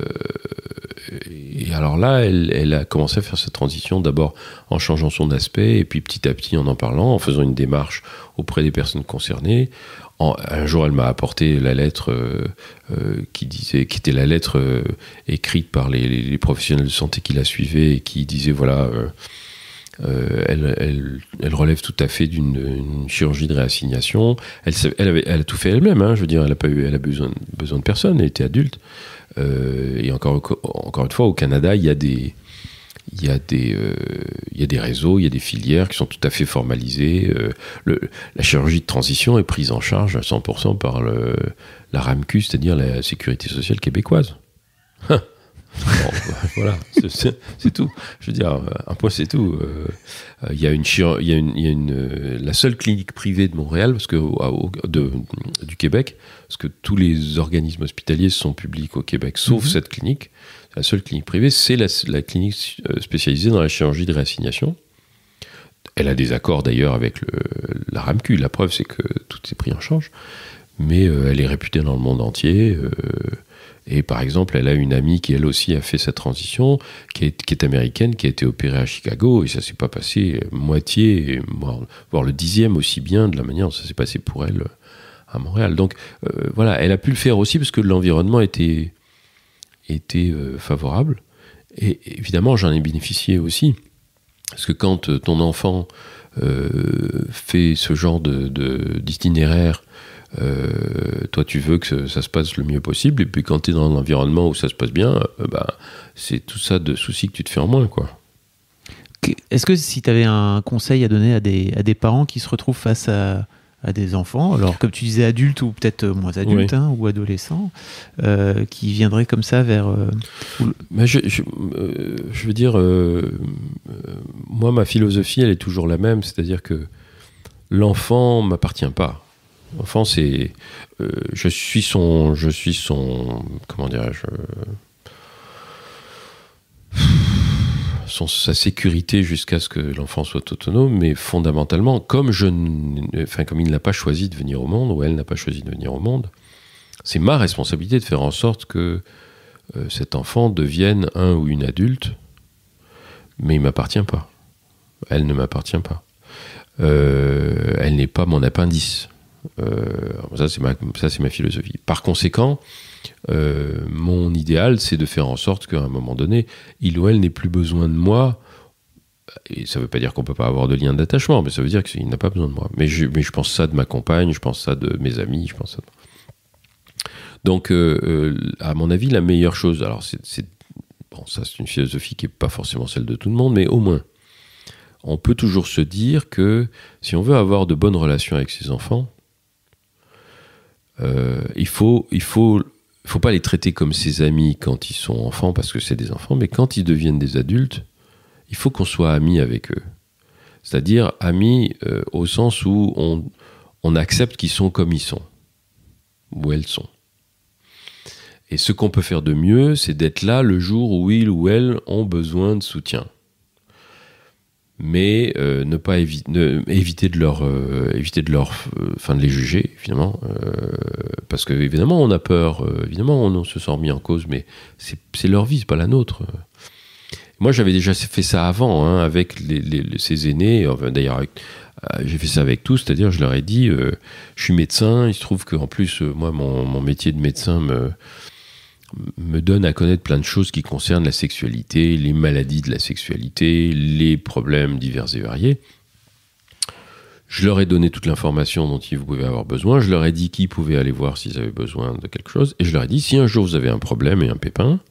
et alors là, elle, elle a commencé à faire cette transition, d'abord en changeant son aspect, et puis petit à petit en en parlant, en faisant une démarche auprès des personnes concernées. En, un jour, elle m'a apporté la lettre euh, euh, qui disait, qui était la lettre euh, écrite par les, les, les professionnels de santé qui la suivaient et qui disait voilà, euh, euh, elle, elle, elle relève tout à fait d'une une chirurgie de réassignation. Elle, elle, avait, elle a tout fait elle-même. Hein, je veux dire, elle a pas eu, elle a besoin, besoin de personne. Elle était adulte. Euh, et encore, encore une fois, au Canada, il y a des Il y, a des, euh, il y a des réseaux, il y a des filières qui sont tout à fait formalisées. Euh, le, la chirurgie de transition est prise en charge à cent pour cent par le, la RAMQ, c'est-à-dire la Sécurité sociale québécoise. Bon, voilà, c'est, c'est, c'est tout. Je veux dire, un point, c'est tout. Il euh, y a une, il y a une, il y a une, euh, la seule clinique privée de Montréal, parce que au, de, du Québec, parce que tous les organismes hospitaliers sont publics au Québec, sauf mm-hmm. cette clinique. La seule clinique privée, c'est la, la clinique spécialisée dans la chirurgie de réassignation. Elle a des accords d'ailleurs avec le, la RAMQ. La preuve, c'est que tout est pris en charge. Mais euh, elle est réputée dans le monde entier. Euh, et par exemple, elle a une amie qui, elle aussi, a fait cette transition, qui est, qui est américaine, qui a été opérée à Chicago. Et ça ne s'est pas passé moitié, voire, voire le dixième aussi bien de la manière dont ça s'est passé pour elle à Montréal. Donc euh, voilà, elle a pu le faire aussi parce que l'environnement était, était euh, favorable. Et évidemment, j'en ai bénéficié aussi. Parce que quand ton enfant euh, fait ce genre de, de, d'itinéraire, euh, toi tu veux que ça se passe le mieux possible, et puis quand tu es dans un environnement où ça se passe bien, euh, bah, c'est tout ça de soucis que tu te fais en moins, quoi. Est-ce que si tu avais un conseil à donner à des, à des parents qui se retrouvent face à, à des enfants, alors comme tu disais adultes ou peut-être moins adultes, oui. hein, ou adolescents, euh, qui viendraient comme ça vers... Euh, où... Mais je, je, euh, je veux dire, euh, euh, moi ma philosophie elle est toujours la même, c'est-à-dire que l'enfant m'appartient pas. L'enfant c'est... Euh, je suis son... Je suis son... Comment dirais-je son, sa sécurité jusqu'à ce que l'enfant soit autonome, mais fondamentalement, comme, je, enfin, comme il n'a pas choisi de venir au monde, ou elle n'a pas choisi de venir au monde, c'est ma responsabilité de faire en sorte que euh, cet enfant devienne un ou une adulte, mais il ne m'appartient pas. Elle ne m'appartient pas. Euh, elle n'est pas mon appendice. Euh, ça, c'est ma, ça, c'est ma philosophie. Par conséquent, Euh, mon idéal, c'est de faire en sorte qu'à un moment donné, il ou elle n'ait plus besoin de moi. Et ça ne veut pas dire qu'on ne peut pas avoir de lien d'attachement, mais ça veut dire qu'il n'a pas besoin de moi. Mais je, mais je pense ça de ma compagne, je pense ça de mes amis, je pense ça de... Donc, euh, euh, à mon avis, la meilleure chose, alors c'est, c'est, bon, ça c'est une philosophie qui n'est pas forcément celle de tout le monde, mais au moins, on peut toujours se dire que si on veut avoir de bonnes relations avec ses enfants, euh, il faut... Il faut Il ne faut pas les traiter comme ses amis quand ils sont enfants, parce que c'est des enfants, mais quand ils deviennent des adultes, il faut qu'on soit amis avec eux. C'est-à-dire amis euh, au sens où on, on accepte qu'ils sont comme ils sont, où elles sont. Et ce qu'on peut faire de mieux, c'est d'être là le jour où ils ou elles ont besoin de soutien. Mais euh, ne pas évi- ne, éviter de leur, euh, éviter de leur, euh, enfin de les juger, évidemment, euh, parce que évidemment on a peur, euh, évidemment on, on se sent mis en cause, mais c'est, c'est leur vie, c'est pas la nôtre. Moi j'avais déjà fait ça avant, hein, avec les, les, les, ces aînés, enfin, d'ailleurs avec, euh, j'ai fait ça avec tous, c'est-à-dire je leur ai dit, euh, je suis médecin, il se trouve qu'en plus euh, moi mon, mon métier de médecin me me donne à connaître plein de choses qui concernent la sexualité, les maladies de la sexualité, les problèmes divers et variés. Je leur ai donné toute l'information dont ils pouvaient avoir besoin, je leur ai dit qui pouvaient aller voir s'ils avaient besoin de quelque chose, et je leur ai dit, si un jour vous avez un problème et un pépin,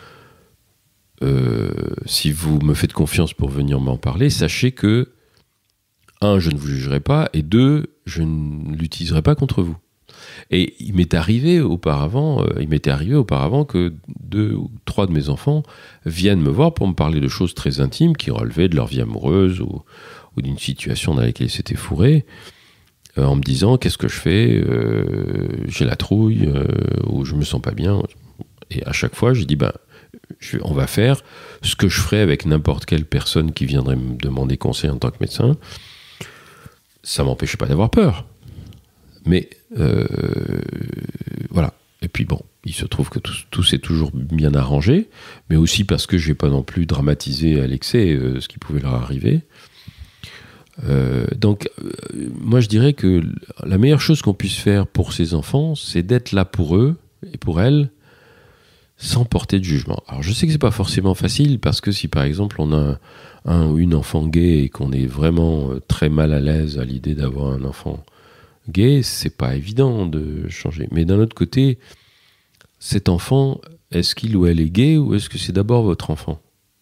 euh, si vous me faites confiance pour venir m'en parler, sachez que, un, je ne vous jugerai pas, et deux, je ne l'utiliserai pas contre vous. Et il m'est arrivé auparavant, euh, il m'était arrivé auparavant que deux ou trois de mes enfants viennent me voir pour me parler de choses très intimes qui relevaient de leur vie amoureuse ou, ou d'une situation dans laquelle ils s'étaient fourrés, euh, en me disant qu'est-ce que je fais, euh, j'ai la trouille, euh, ou je me sens pas bien. Et à chaque fois, j'ai dit ben, je, on va faire ce que je ferais avec n'importe quelle personne qui viendrait me demander conseil en tant que médecin. Ça m'empêchait pas d'avoir peur. Mais euh, voilà. Et puis bon, il se trouve que tout, tout s'est toujours bien arrangé, mais aussi parce que je n'ai pas non plus dramatisé à l'excès euh, ce qui pouvait leur arriver. Euh, donc, euh, moi je dirais que la meilleure chose qu'on puisse faire pour ces enfants, c'est d'être là pour eux et pour elles, sans porter de jugement. Alors je sais que c'est pas forcément facile, parce que si par exemple on a un, un ou une enfant gay et qu'on est vraiment très mal à l'aise à l'idée d'avoir un enfant gay, c'est pas évident de changer. Mais d'un autre côté, cet enfant, est-ce qu'il ou elle est gay, ou est-ce que c'est d'abord votre enfant ?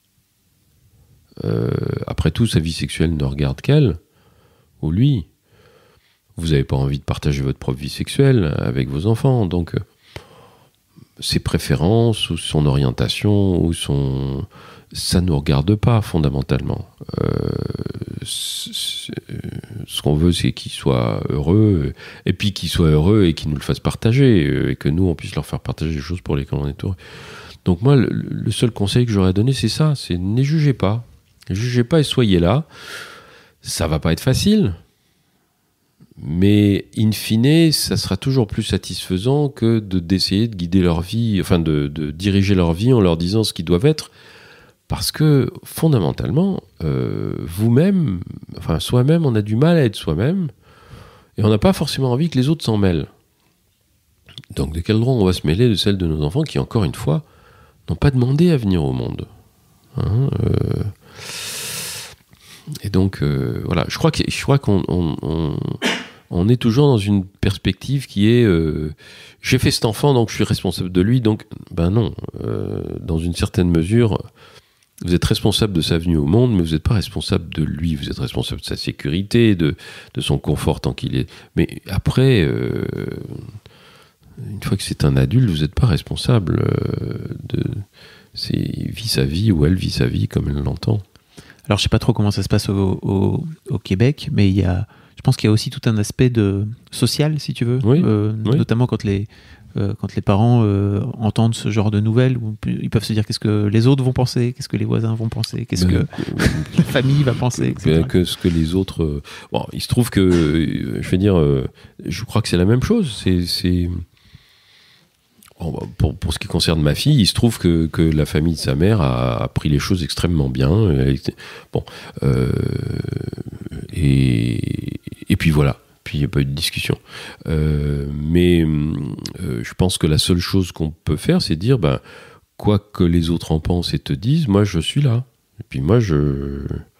euh, Après tout, sa vie sexuelle ne regarde qu'elle, ou lui. Vous n'avez pas envie de partager votre propre vie sexuelle avec vos enfants, donc ses préférences ou son orientation ou son... ça ne nous regarde pas fondamentalement. Euh, ce qu'on veut, c'est qu'il soit heureux, et puis qu'il soit heureux et qu'il nous le fasse partager, et que nous, on puisse leur faire partager des choses pour lesquelles on est heureux. Donc moi, le, le seul conseil que j'aurais donné, c'est ça, c'est ne jugez pas. Ne jugez pas et soyez là. Ça va pas être facile, mais in fine, ça sera toujours plus satisfaisant que de, d'essayer de guider leur vie, enfin de, de diriger leur vie en leur disant ce qu'ils doivent être. Parce que, fondamentalement, euh, vous-même, enfin, soi-même, on a du mal à être soi-même, et on n'a pas forcément envie que les autres s'en mêlent. Donc, de quel droit on va se mêler de celle de nos enfants qui, encore une fois, n'ont pas demandé à venir au monde, hein, euh, et donc, euh, voilà, je crois, que, je crois qu'on on, on, on est toujours dans une perspective qui est euh, j'ai fait cet enfant, donc je suis responsable de lui, donc, ben non, euh, dans une certaine mesure... Vous êtes responsable de sa venue au monde, mais vous n'êtes pas responsable de lui. Vous êtes responsable de sa sécurité, de, de son confort tant qu'il est... Mais après, euh, une fois que c'est un adulte, vous n'êtes pas responsable euh, de... C'est, il vit sa vie ou elle vit sa vie comme elle l'entend. Alors, je ne sais pas trop comment ça se passe au, au, au Québec, mais il y a, je pense qu'il y a aussi tout un aspect de, social, si tu veux. Oui, euh, oui. Notamment quand les... Euh, quand les parents euh, entendent ce genre de nouvelles, où ils peuvent se dire qu'est-ce que les autres vont penser, qu'est-ce que les voisins vont penser, qu'est-ce que la famille va penser, et cetera. Que ce que les autres... Euh, bon, il se trouve que, euh, je veux dire, euh, je crois que c'est la même chose. C'est... c'est... Bon, bah, pour, pour ce qui concerne ma fille, il se trouve que, que la famille de sa mère a, a pris les choses extrêmement bien. Elle, bon, euh, et, et puis voilà. Puis il n'y a pas eu de discussion. Euh, mais euh, je pense que la seule chose qu'on peut faire, c'est dire, ben, quoi que les autres en pensent et te disent, moi je suis là. Et puis moi je, euh,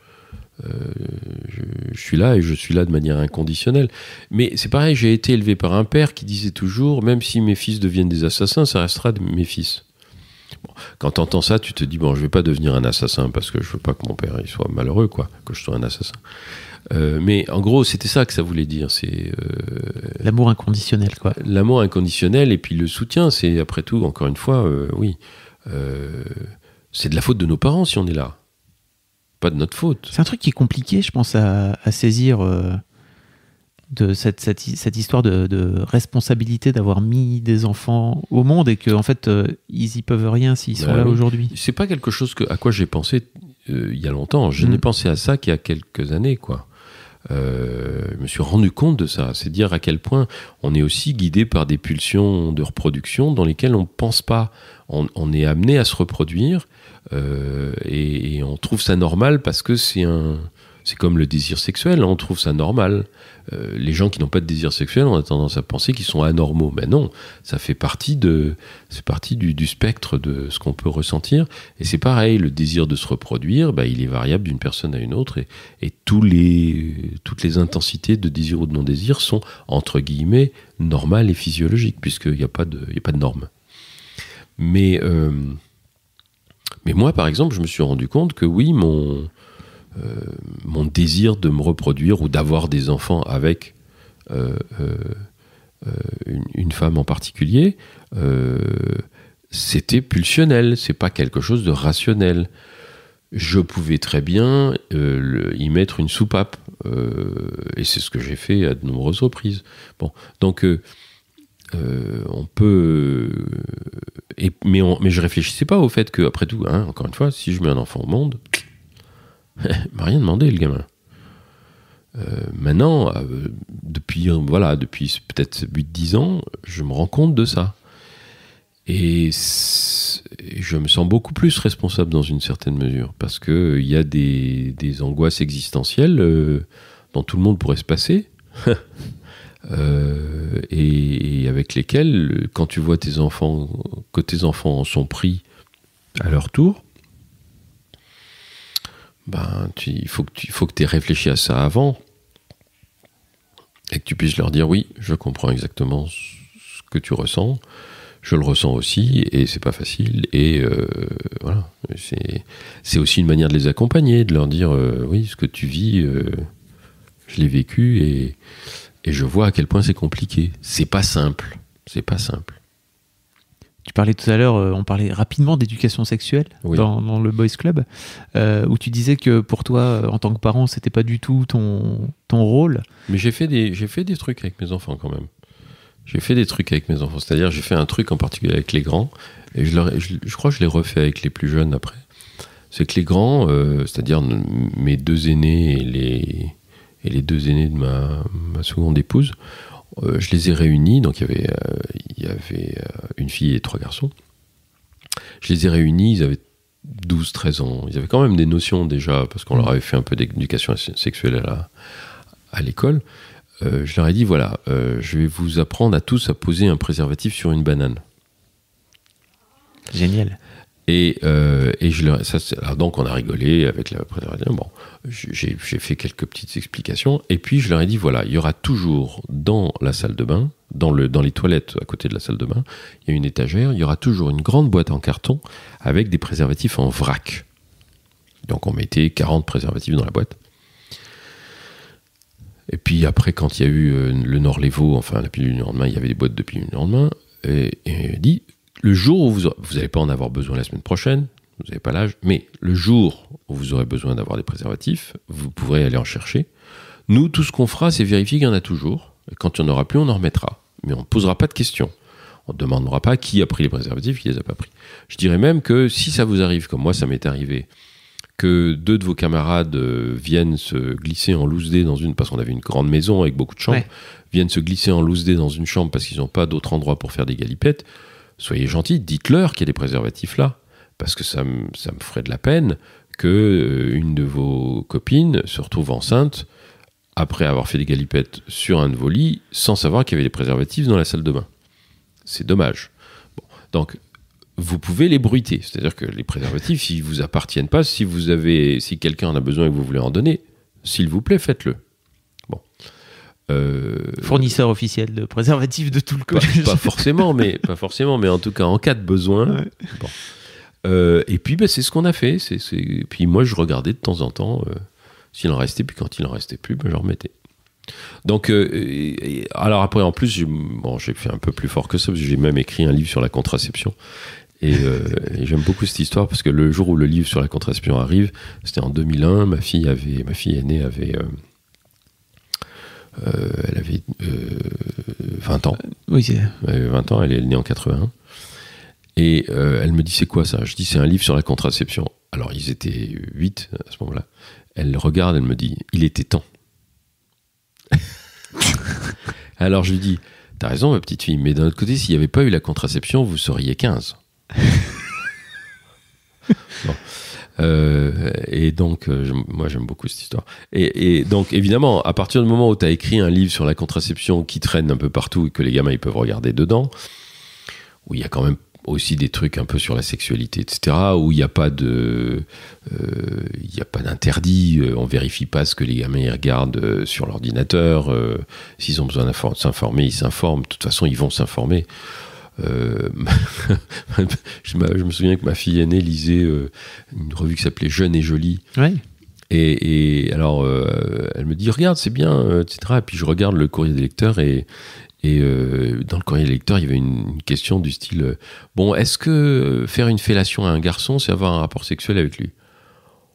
je, je suis là et je suis là de manière inconditionnelle. Mais c'est pareil, j'ai été élevé par un père qui disait toujours, même si mes fils deviennent des assassins, ça restera de mes fils. Bon, quand tu entends ça, tu te dis, bon, je ne vais pas devenir un assassin parce que je ne veux pas que mon père il soit malheureux, quoi, que je sois un assassin. Euh, mais en gros, c'était ça que ça voulait dire. C'est euh, l'amour inconditionnel, quoi. L'amour inconditionnel et puis le soutien, c'est après tout, encore une fois, euh, oui, euh, c'est de la faute de nos parents si on est là, pas de notre faute. C'est un truc qui est compliqué, je pense, à, à saisir euh, de cette, cette, cette histoire de, de responsabilité d'avoir mis des enfants au monde et qu'en en fait, euh, ils y peuvent rien s'ils sont bah, là oui. aujourd'hui. C'est pas quelque chose que, à quoi j'ai pensé euh, il y a longtemps. Je mmh. n'ai pensé à ça qu'il y a quelques années, quoi. Euh, je me suis rendu compte de ça, c'est dire à quel point on est aussi guidé par des pulsions de reproduction dans lesquelles on ne pense pas, on, on est amené à se reproduire euh, et, et on trouve ça normal parce que c'est un, c'est comme le désir sexuel, on trouve ça normal. Euh, les gens qui n'ont pas de désir sexuel, on a tendance à penser qu'ils sont anormaux, mais non, ça fait partie de, c'est partie du, du spectre de ce qu'on peut ressentir. Et c'est pareil, le désir de se reproduire, bah, il est variable d'une personne à une autre, et, et tous les, toutes les intensités de désir ou de non-désir sont entre guillemets normales et physiologiques, puisqu'il n'y a pas de, il y a pas de normes. Mais, euh, mais moi, par exemple, je me suis rendu compte que oui, mon Euh, mon désir de me reproduire ou d'avoir des enfants avec euh, euh, euh, une, une femme en particulier, euh, c'était pulsionnel, c'est pas quelque chose de rationnel. Je pouvais très bien euh, le, y mettre une soupape, euh, et c'est ce que j'ai fait à de nombreuses reprises. Bon, donc euh, euh, on peut, euh, et, mais, on, mais je réfléchissais pas au fait que, après tout, hein, encore une fois, si je mets un enfant au monde, il m'a rien demandé, le gamin. Euh, maintenant, euh, depuis, euh, voilà, depuis peut-être huit dix ans, je me rends compte de ça. Et, et je me sens beaucoup plus responsable dans une certaine mesure, parce qu'il euh, y a des, des angoisses existentielles euh, dont tout le monde pourrait se passer, euh, et, et avec lesquelles, quand tu vois tes enfants, que tes enfants sont pris à leur tour, ben, tu, il faut que tu faut que tu aies réfléchi à ça avant et que tu puisses leur dire oui, je comprends exactement ce que tu ressens, je le ressens aussi et c'est pas facile et euh, voilà, c'est, c'est aussi une manière de les accompagner, de leur dire euh, oui, ce que tu vis, euh, je l'ai vécu et, et je vois à quel point c'est compliqué. C'est pas simple, c'est pas simple. tu parlais tout à l'heure, euh, on parlait rapidement d'éducation sexuelle oui. dans, dans le Boys Club, euh, où tu disais que pour toi, euh, en tant que parent, c'était pas du tout ton, ton rôle. Mais j'ai fait, des, j'ai fait des trucs avec mes enfants quand même. J'ai fait des trucs avec mes enfants. C'est-à-dire, j'ai fait un truc en particulier avec les grands, et je, leur, je, je crois que je l'ai refait avec les plus jeunes après. C'est que les grands, euh, c'est-à-dire mes deux aînés et les, et les deux aînés de ma, ma seconde épouse, Euh, je les ai réunis, donc il y avait, euh, il y avait euh, une fille et trois garçons. Je les ai réunis, ils avaient douze treize ans. Ils avaient quand même des notions déjà, parce qu'on leur avait fait un peu d'éducation sexuelle à, la, à l'école. Euh, je leur ai dit, voilà, euh, je vais vous apprendre à tous à poser un préservatif sur une banane. Génial. Et, euh, et je leur, ça, alors donc on a rigolé avec la préservative. Bon, j'ai, j'ai fait quelques petites explications. Et puis je leur ai dit voilà, il y aura toujours dans la salle de bain, dans, le, dans les toilettes à côté de la salle de bain, il y a une étagère, il y aura toujours une grande boîte en carton avec des préservatifs en vrac. Donc on mettait quarante préservatifs dans la boîte. Et puis après, quand il y a eu euh, le Norlevo, enfin la pilule du lendemain, il y avait des boîtes de pilule du lendemain. Et, et il dit le jour où vous n'allez pas en avoir besoin la semaine prochaine, vous n'avez pas l'âge, mais le jour où vous aurez besoin d'avoir des préservatifs, vous pourrez aller en chercher. Nous, tout ce qu'on fera, c'est vérifier qu'il y en a toujours. Et quand il n'y en aura plus, on en remettra. Mais on ne posera pas de questions. On ne demandera pas qui a pris les préservatifs, qui ne les a pas pris. Je dirais même que si ça vous arrive, comme moi ça m'est arrivé, que deux de vos camarades euh, viennent se glisser en loose-day dans une... Parce qu'on avait une grande maison avec beaucoup de chambres. Ouais. Viennent se glisser en loose-day dans une chambre parce qu'ils n'ont pas d'autre endroit pour faire des galipettes. Soyez gentils, dites-leur qu'il y a des préservatifs là, parce que ça me, ça me ferait de la peine qu'une euh, de vos copines se retrouve enceinte après avoir fait des galipettes sur un de vos lits sans savoir qu'il y avait des préservatifs dans la salle de bain. C'est dommage. Bon, donc, vous pouvez les bruiter, c'est-à-dire que les préservatifs, s'ils ne vous appartiennent pas, si, vous avez, si quelqu'un en a besoin et que vous voulez en donner, s'il vous plaît, faites-le. Bon. Euh, Fournisseur officiel de préservatifs de tout le collège. Pas, pas forcément, mais pas forcément, mais en tout cas en cas de besoin. Ouais. Bon. Euh, et puis bah, c'est ce qu'on a fait. C'est, c'est... Puis moi je regardais de temps en temps euh, s'il en restait, puis quand il en restait plus, bah, je remettais. Donc euh, et, et, alors après en plus j'ai, bon, j'ai fait un peu plus fort que ça parce que j'ai même écrit un livre sur la contraception. Et, euh, et j'aime beaucoup cette histoire parce que le jour où le livre sur la contraception arrive, c'était en deux mille un. Ma fille avait, ma fille aînée avait euh, Euh, elle avait euh, vingt ans. Oui, c'est... Elle avait vingt ans, elle est née en quatre-vingt-un. Et euh, elle me dit, c'est quoi ça ? Je dis, c'est un livre sur la contraception. Alors, ils étaient huit à ce moment-là. Elle regarde, elle me dit, il était temps. Alors, je lui dis, t'as raison, ma petite fille, mais d'un autre côté, s'il n'y avait pas eu la contraception, vous seriez quinze. Bon. Euh, et donc, euh, moi j'aime beaucoup cette histoire. Et, et donc, évidemment, à partir du moment où tu as écrit un livre sur la contraception qui traîne un peu partout et que les gamins ils peuvent regarder dedans, où il y a quand même aussi des trucs un peu sur la sexualité, et cetera, où il n'y a pas de, euh, il n'y a pas d'interdit, euh, on vérifie pas ce que les gamins ils regardent euh, sur l'ordinateur. Euh, s'ils ont besoin de s'informer, ils s'informent. De toute façon, ils vont s'informer. Euh, je, je me souviens que ma fille aînée lisait euh, une revue qui s'appelait Jeune et Jolie. Ouais. Et, et alors, euh, elle me dit, regarde, c'est bien, euh, et cetera. Et puis je regarde le courrier des lecteurs et, et euh, dans le courrier des lecteurs, il y avait une, une question du style euh, bon, est-ce que faire une fellation à un garçon, c'est avoir un rapport sexuel avec lui ? Wow !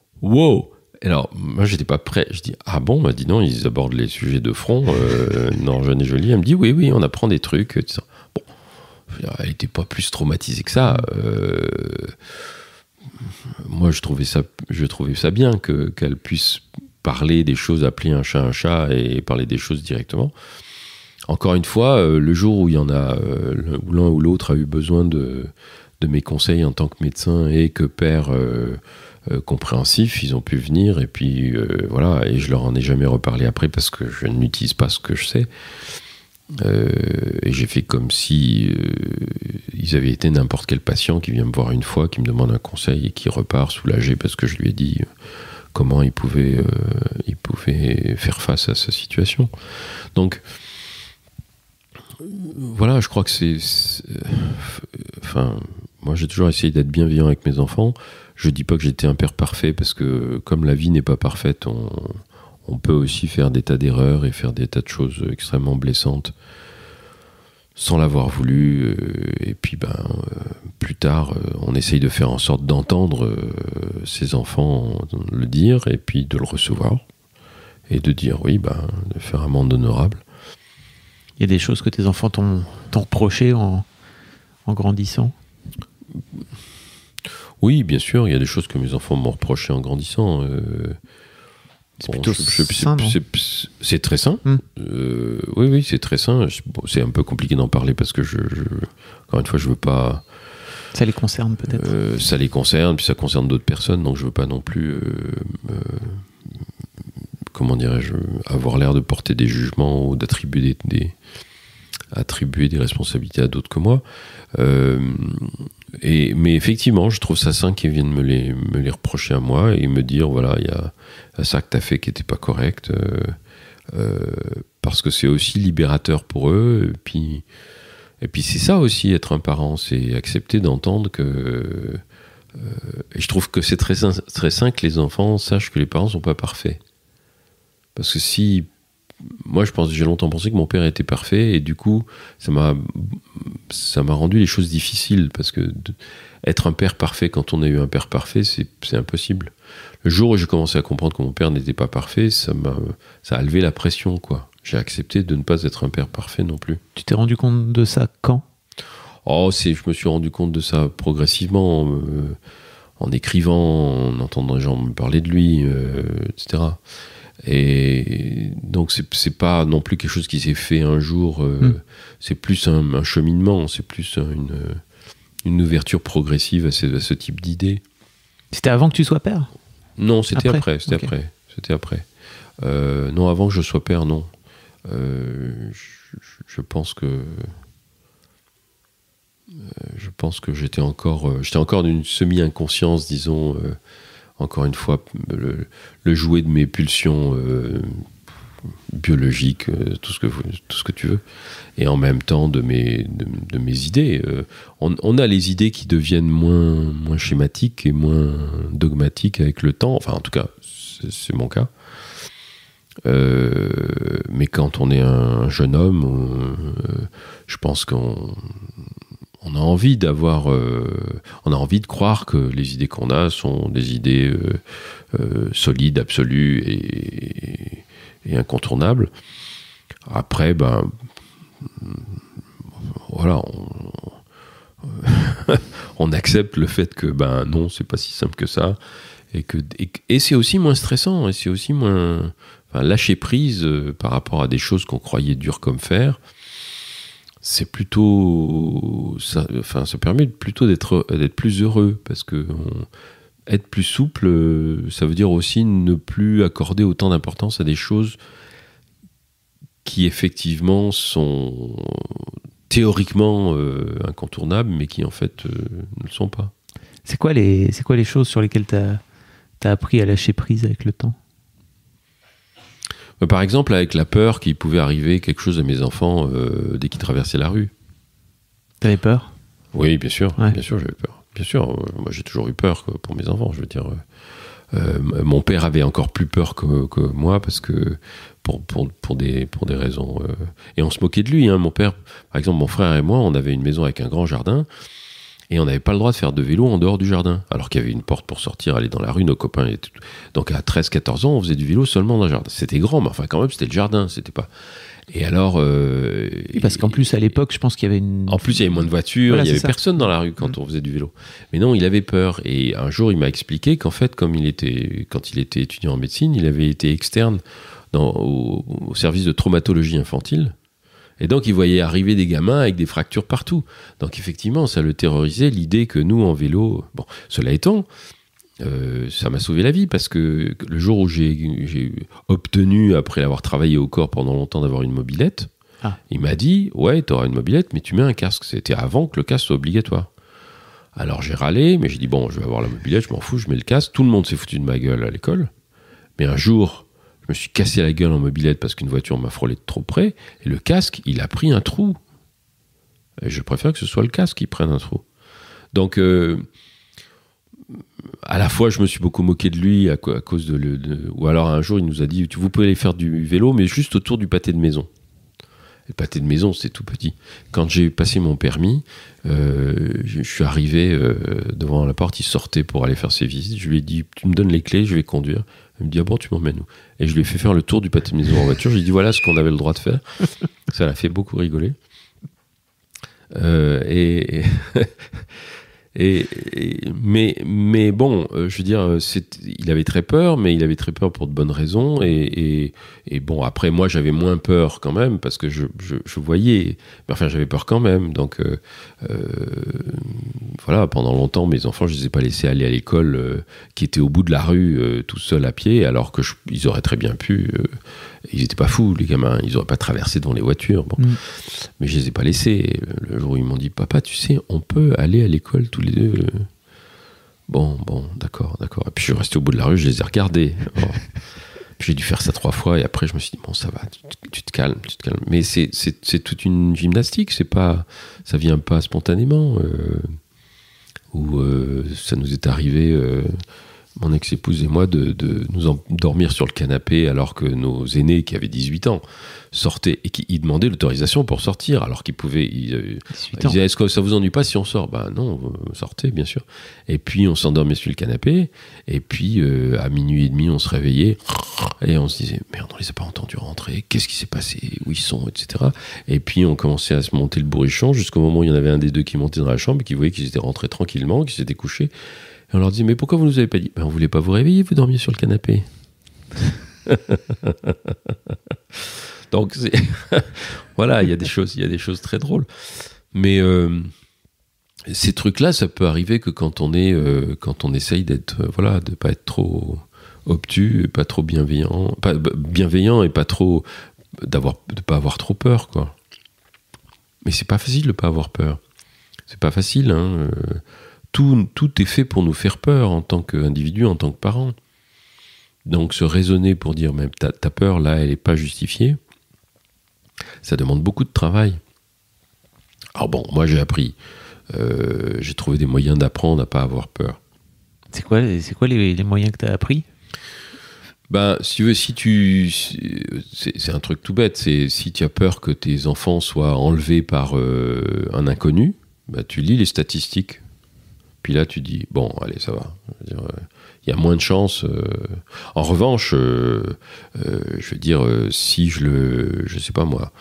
Alors, moi, j'étais pas prêt. Je dis, ah bon ? Elle m'a dit non, ils abordent les sujets de front euh, dans Jeune et Jolie. Elle me dit, oui, oui, on apprend des trucs, et cetera. Bon. Elle n'était pas plus traumatisée que ça. Euh, moi, je trouvais ça, je trouvais ça bien que, qu'elle puisse parler des choses, appeler un chat un chat et parler des choses directement. Encore une fois, euh, le jour où il y en a, euh, où l'un ou l'autre a eu besoin de, de mes conseils en tant que médecin et que père euh, euh, compréhensif, ils ont pu venir et puis euh, voilà. Et je leur en ai jamais reparlé après parce que je n'utilise pas ce que je sais. Euh, et j'ai fait comme si euh, ils avaient été n'importe quel patient qui vient me voir une fois, qui me demande un conseil et qui repart soulagé parce que je lui ai dit euh, comment il pouvait, euh, il pouvait faire face à sa situation. Donc voilà, je crois que c'est, c'est enfin, moi j'ai toujours essayé d'être bienveillant avec mes enfants. Je dis pas que j'étais un père parfait parce que comme la vie n'est pas parfaite, on on peut aussi faire des tas d'erreurs et faire des tas de choses extrêmement blessantes sans l'avoir voulu. Euh, et puis, ben, euh, plus tard, euh, on essaye de faire en sorte d'entendre euh, ses enfants le dire et puis de le recevoir. Et de dire oui, ben, de faire un monde honorable. Il y a des choses que tes enfants t'ont, t'ont reprochées en, en grandissant ? Oui, bien sûr, il y a des choses que mes enfants m'ont reprochées en grandissant. Euh, c'est bon, plutôt je, je, sain, c'est, non c'est, c'est très sain. Mm. Euh, oui, oui, c'est très sain. Bon, c'est un peu compliqué d'en parler parce que, je, je, encore une fois, je veux pas... Ça les concerne peut-être euh, Ça les concerne, puis ça concerne d'autres personnes, donc je veux pas non plus... Euh, euh, comment dirais-je, avoir l'air de porter des jugements ou d'attribuer des, des, attribuer des responsabilités à d'autres que moi. Euh, et, mais effectivement, je trouve ça sain qu'ils viennent me les, me les reprocher à moi et me dire, voilà, il y a, y a ça que tu as fait qui n'était pas correct. Euh, euh, parce que c'est aussi libérateur pour eux. Et puis, et puis c'est ça aussi, être un parent, c'est accepter d'entendre que... Euh, et je trouve que c'est très sain, très sain que les enfants sachent que les parents ne sont pas parfaits. Parce que si... Moi, je pense, j'ai longtemps pensé que mon père était parfait, et du coup, ça m'a, ça m'a rendu les choses difficiles, parce que de, être un père parfait quand on a eu un père parfait, c'est, c'est impossible. Le jour où j'ai commencé à comprendre que mon père n'était pas parfait, ça m'a, ça a levé la pression, quoi. J'ai accepté de ne pas être un père parfait non plus. Tu t'es rendu compte de ça quand ? Oh, c'est, je me suis rendu compte de ça progressivement, euh, en écrivant, en entendant les gens me parler de lui, euh, et cetera. Et donc c'est, c'est pas non plus quelque chose qui s'est fait un jour, euh, mmh. c'est plus un, un cheminement, c'est plus une, une ouverture progressive à ce, à ce type d'idées. C'était avant que tu sois père ? Non, c'était après, après c'était okay. après, c'était après. Euh, non, avant que je sois père, non. Euh, je, je pense que euh, je pense que j'étais encore, euh, j'étais encore d'une semi-inconscience, disons. Euh, Encore une fois, le, le jouet de mes pulsions euh, biologiques, euh, tout, ce que, tout ce que tu veux, et en même temps de mes, de, de mes idées. Euh, on, on a les idées qui deviennent moins, moins schématiques et moins dogmatiques avec le temps, enfin en tout cas, c'est, c'est mon cas. Euh, mais quand on est un jeune homme, on, euh, je pense qu'on... On a envie d'avoir, euh, on a envie de croire que les idées qu'on a sont des idées euh, euh, solides, absolues et, et incontournables. Après, ben, voilà, on, on accepte le fait que, ben non, c'est pas si simple que ça, et que, et, et c'est aussi moins stressant, et c'est aussi moins, enfin, lâcher prise euh, par rapport à des choses qu'on croyait dures comme fer. C'est plutôt, ça, enfin, ça permet plutôt d'être, d'être plus heureux, parce que on, être plus souple, ça veut dire aussi ne plus accorder autant d'importance à des choses qui effectivement sont théoriquement euh, incontournables, mais qui en fait euh, ne le sont pas. C'est quoi les, c'est quoi les choses sur lesquelles tu as appris à lâcher prise avec le temps ? Par exemple, avec la peur qu'il pouvait arriver quelque chose à mes enfants euh, dès qu'ils traversaient la rue. T'avais peur ? Oui, bien sûr, ouais. bien sûr, j'avais peur. Bien sûr, euh, moi j'ai toujours eu peur quoi, pour mes enfants. Je veux dire, euh, euh, mon père avait encore plus peur que, que moi parce que pour pour pour des pour des raisons. Euh, et on se moquait de lui. Hein, mon père, par exemple, mon frère et moi, on avait une maison avec un grand jardin. Et on n'avait pas le droit de faire de vélo en dehors du jardin. Alors qu'il y avait une porte pour sortir, aller dans la rue, nos copains étaient tout... Donc à treize quatorze ans, on faisait du vélo seulement dans le jardin. C'était grand, mais enfin quand même, c'était le jardin. C'était pas... Et alors... Euh... Et parce qu'en plus, à l'époque, je pense qu'il y avait une... En plus, il y avait moins de voitures, voilà, il n'y avait ça. Personne dans la rue quand mmh. on faisait du vélo. Mais non, il avait peur. Et un jour, il m'a expliqué qu'en fait, comme il était... quand il était étudiant en médecine, il avait été externe dans... au... au service de traumatologie infantile. Et donc, il voyait arriver des gamins avec des fractures partout. Donc, effectivement, ça le terrorisait, l'idée que nous, en vélo... Bon, cela étant, euh, ça m'a sauvé la vie, parce que le jour où j'ai, j'ai obtenu, après avoir travaillé au corps pendant longtemps, d'avoir une mobilette, ah. il m'a dit, ouais, t'auras une mobilette, mais tu mets un casque. C'était avant que le casque soit obligatoire. Alors, j'ai râlé, mais j'ai dit, bon, je vais avoir la mobilette, je m'en fous, je mets le casque. Tout le monde s'est foutu de ma gueule à l'école. Mais un jour... je me suis cassé la gueule en mobilette parce qu'une voiture m'a frôlé de trop près, et le casque, il a pris un trou. Et je préfère que ce soit le casque qui prenne un trou. Donc, euh, à la fois, je me suis beaucoup moqué de lui à, à cause de, de... Ou alors, un jour, il nous a dit, vous pouvez aller faire du vélo, mais juste autour du pâté de maison. Le pâté de maison, c'était tout petit. Quand j'ai passé mon permis, euh, je suis arrivé euh, devant la porte, il sortait pour aller faire ses visites. Je lui ai dit, tu me donnes les clés, je vais conduire. Il me dit, ah bon, tu m'emmènes où ? Et je lui ai fait faire le tour du pâté de maison en voiture. J'ai dit, voilà ce qu'on avait le droit de faire. Ça l'a fait beaucoup rigoler. Euh, et... Et, et, mais, mais bon, euh, je veux dire, c'est, il avait très peur, mais il avait très peur pour de bonnes raisons. Et, et, et bon, après, moi, j'avais moins peur quand même, parce que je, je, je voyais. Mais enfin, j'avais peur quand même. Donc, euh, euh, voilà, pendant longtemps, mes enfants, je ne les ai pas laissés aller à l'école, euh, qui était au bout de la rue, euh, tout seuls à pied, alors que je, ils auraient très bien pu. Euh, ils n'étaient pas fous, les gamins. Ils n'auraient pas traversé devant les voitures. Bon. Mm. Mais je ne les ai pas laissés. Le jour où ils m'ont dit, papa, tu sais, on peut aller à l'école tous les deux. Bon, bon, d'accord, d'accord. Et puis je suis resté au bout de la rue, je les ai regardés. Bon. Puis j'ai dû faire ça trois fois et après je me suis dit, bon, ça va, tu, tu te calmes, tu te calmes. Mais c'est, c'est, c'est toute une gymnastique, c'est pas, ça vient pas spontanément. Euh, ou euh, ça nous est arrivé, euh, mon ex-épouse et moi, de, de nous endormir sur le canapé alors que nos aînés qui avaient dix-huit ans sortaient et qui ils demandaient l'autorisation pour sortir alors qu'ils pouvaient. Ils, ils disaient, est-ce que ça vous ennuie pas si on sort ? Ben non, sortez bien sûr. Et puis on s'endormait sur le canapé et puis euh, à minuit et demi on se réveillait et on se disait merde, on les a pas entendus rentrer. Qu'est-ce qui s'est passé ? Où ils sont, et cetera. Et puis on commençait à se monter le bourrichon jusqu'au moment où il y en avait un des deux qui montait dans la chambre et qui voyait qu'ils étaient rentrés tranquillement, qu'ils s'étaient couchés. Et on leur dit, mais pourquoi vous ne nous avez pas dit ? Ben, on ne voulait pas vous réveiller, vous dormiez sur le canapé. Donc, c'est voilà, il y a des choses, il y a des choses très drôles. Mais euh, ces trucs-là, ça peut arriver que quand on est, euh, quand on essaye d'être, euh, voilà, de pas être trop obtus, et pas trop bienveillant, pas bienveillant et pas trop, d'avoir, de pas avoir trop peur, quoi. Mais c'est pas facile de pas avoir peur. C'est pas facile, hein. Euh, Tout, tout est fait pour nous faire peur en tant qu'individu, en tant que parent. Donc se raisonner pour dire même ta, ta peur là, elle n'est pas justifiée, ça demande beaucoup de travail. Alors bon, moi j'ai appris, euh, j'ai trouvé des moyens d'apprendre à pas avoir peur. C'est quoi, c'est quoi les, les moyens que tu as appris ? Ben, si tu veux, si tu, c'est, c'est un truc tout bête, c'est si tu as peur que tes enfants soient enlevés par euh, un inconnu, ben, tu lis les statistiques. Puis là, tu dis, bon, allez, ça va. Il euh, y a moins de chances. Euh... En revanche, euh, euh, je veux dire, euh, si je le... Je sais pas moi.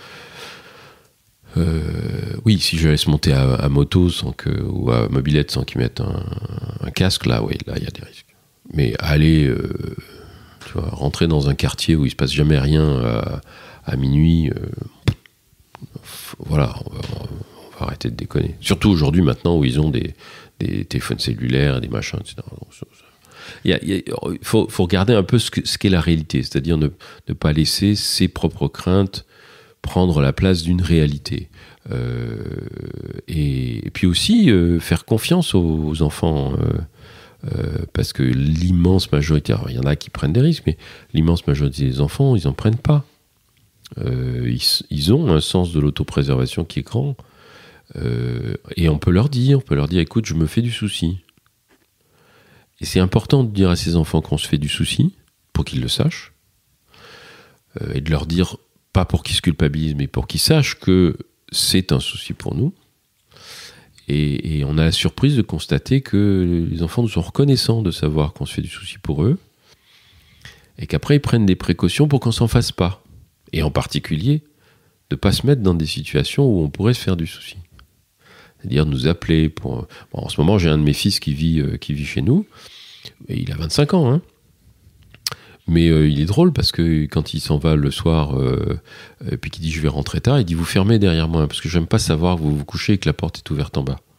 Euh, oui, si je laisse monter à, à moto sans que, ou à mobilette sans qu'ils mettent un, un casque, là, oui, là, il y a des risques. Mais aller, euh, tu vois, rentrer dans un quartier où il se passe jamais rien à, à minuit, euh, voilà, on va, on va arrêter de déconner. Surtout aujourd'hui, maintenant, où ils ont des... des téléphones cellulaires, des machins, et cetera. Il, y a, il, y a, il faut, faut regarder un peu ce, que, ce qu'est la réalité, c'est-à-dire ne, ne pas laisser ses propres craintes prendre la place d'une réalité. Euh, et, et puis aussi euh, faire confiance aux, aux enfants, euh, euh, parce que l'immense majorité, alors il y en a qui prennent des risques, mais l'immense majorité des enfants, ils n'en prennent pas. Euh, ils, ils ont un sens de l'autopréservation qui est grand. Euh, et on peut leur dire, on peut leur dire, écoute, je me fais du souci. Et c'est important de dire à ces enfants qu'on se fait du souci, pour qu'ils le sachent, euh, et de leur dire, pas pour qu'ils se culpabilisent, mais pour qu'ils sachent que c'est un souci pour nous. Et, et on a la surprise de constater que les enfants nous sont reconnaissants de savoir qu'on se fait du souci pour eux, et qu'après ils prennent des précautions pour qu'on s'en fasse pas. Et en particulier, de ne pas se mettre dans des situations où on pourrait se faire du souci. C'est-à-dire nous appeler pour... Bon, en ce moment, j'ai un de mes fils qui vit, euh, qui vit chez nous, et il a vingt-cinq ans, hein. Mais euh, il est drôle parce que quand il s'en va le soir, euh, et puis qu'il dit je vais rentrer tard, il dit vous fermez derrière moi, parce que j'aime pas savoir que vous vous couchez et que la porte est ouverte en bas.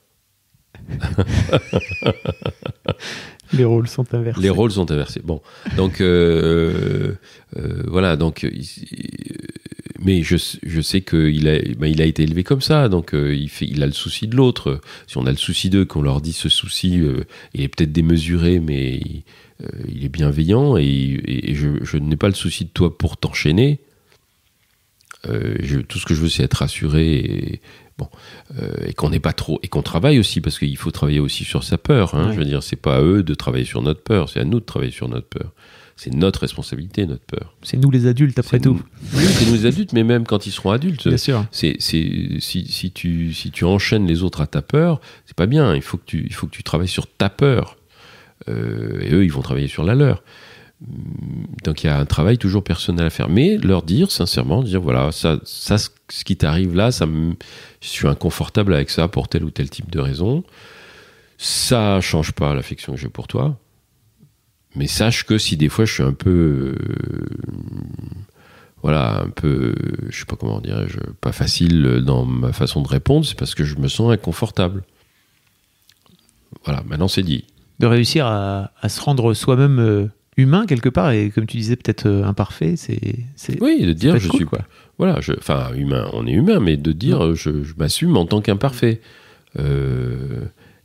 Les rôles sont inversés. Les rôles sont inversés. Bon, donc euh, euh, voilà, donc... Euh, mais je, je sais qu'il a, ben il a été élevé comme ça, donc euh, il, fait, il a le souci de l'autre. Si on a le souci d'eux, qu'on leur dit ce souci, euh, il est peut-être démesuré, mais il, euh, il est bienveillant, et, et, et je, je n'ai pas le souci de toi pour t'enchaîner. Euh, je, tout ce que je veux, c'est être rassuré, et, bon, euh, et qu'on n'est pas trop, et qu'on travaille aussi, parce qu'il faut travailler aussi sur sa peur. Hein, ouais. Je veux dire, c'est pas à eux de travailler sur notre peur, c'est à nous de travailler sur notre peur. C'est notre responsabilité, notre peur. C'est nous les adultes, après c'est tout. Nous, oui, c'est nous les adultes, mais même quand ils seront adultes. Bien sûr. C'est, c'est, si, si, tu, si tu enchaînes les autres à ta peur, c'est pas bien. Il faut que tu, il faut que tu travailles sur ta peur. Euh, et eux, ils vont travailler sur la leur. Donc il y a un travail toujours personnel à faire, mais leur dire sincèrement, dire voilà, ça, ça ce qui t'arrive là, ça me, je suis inconfortable avec ça pour tel ou tel type de raison. Ça change pas l'affection que j'ai pour toi, mais sache que si des fois je suis un peu, euh, voilà, un peu, je sais pas comment dirais-je, pas facile dans ma façon de répondre, c'est parce que je me sens inconfortable. Voilà, maintenant c'est dit. De réussir à, à se rendre soi-même euh... humain quelque part, et comme tu disais peut-être euh, imparfait, c'est, c'est oui, de dire je cool, suis quoi. Voilà, je, enfin humain, on est humain, mais de dire mmh. je, je m'assume en tant qu'imparfait. Euh,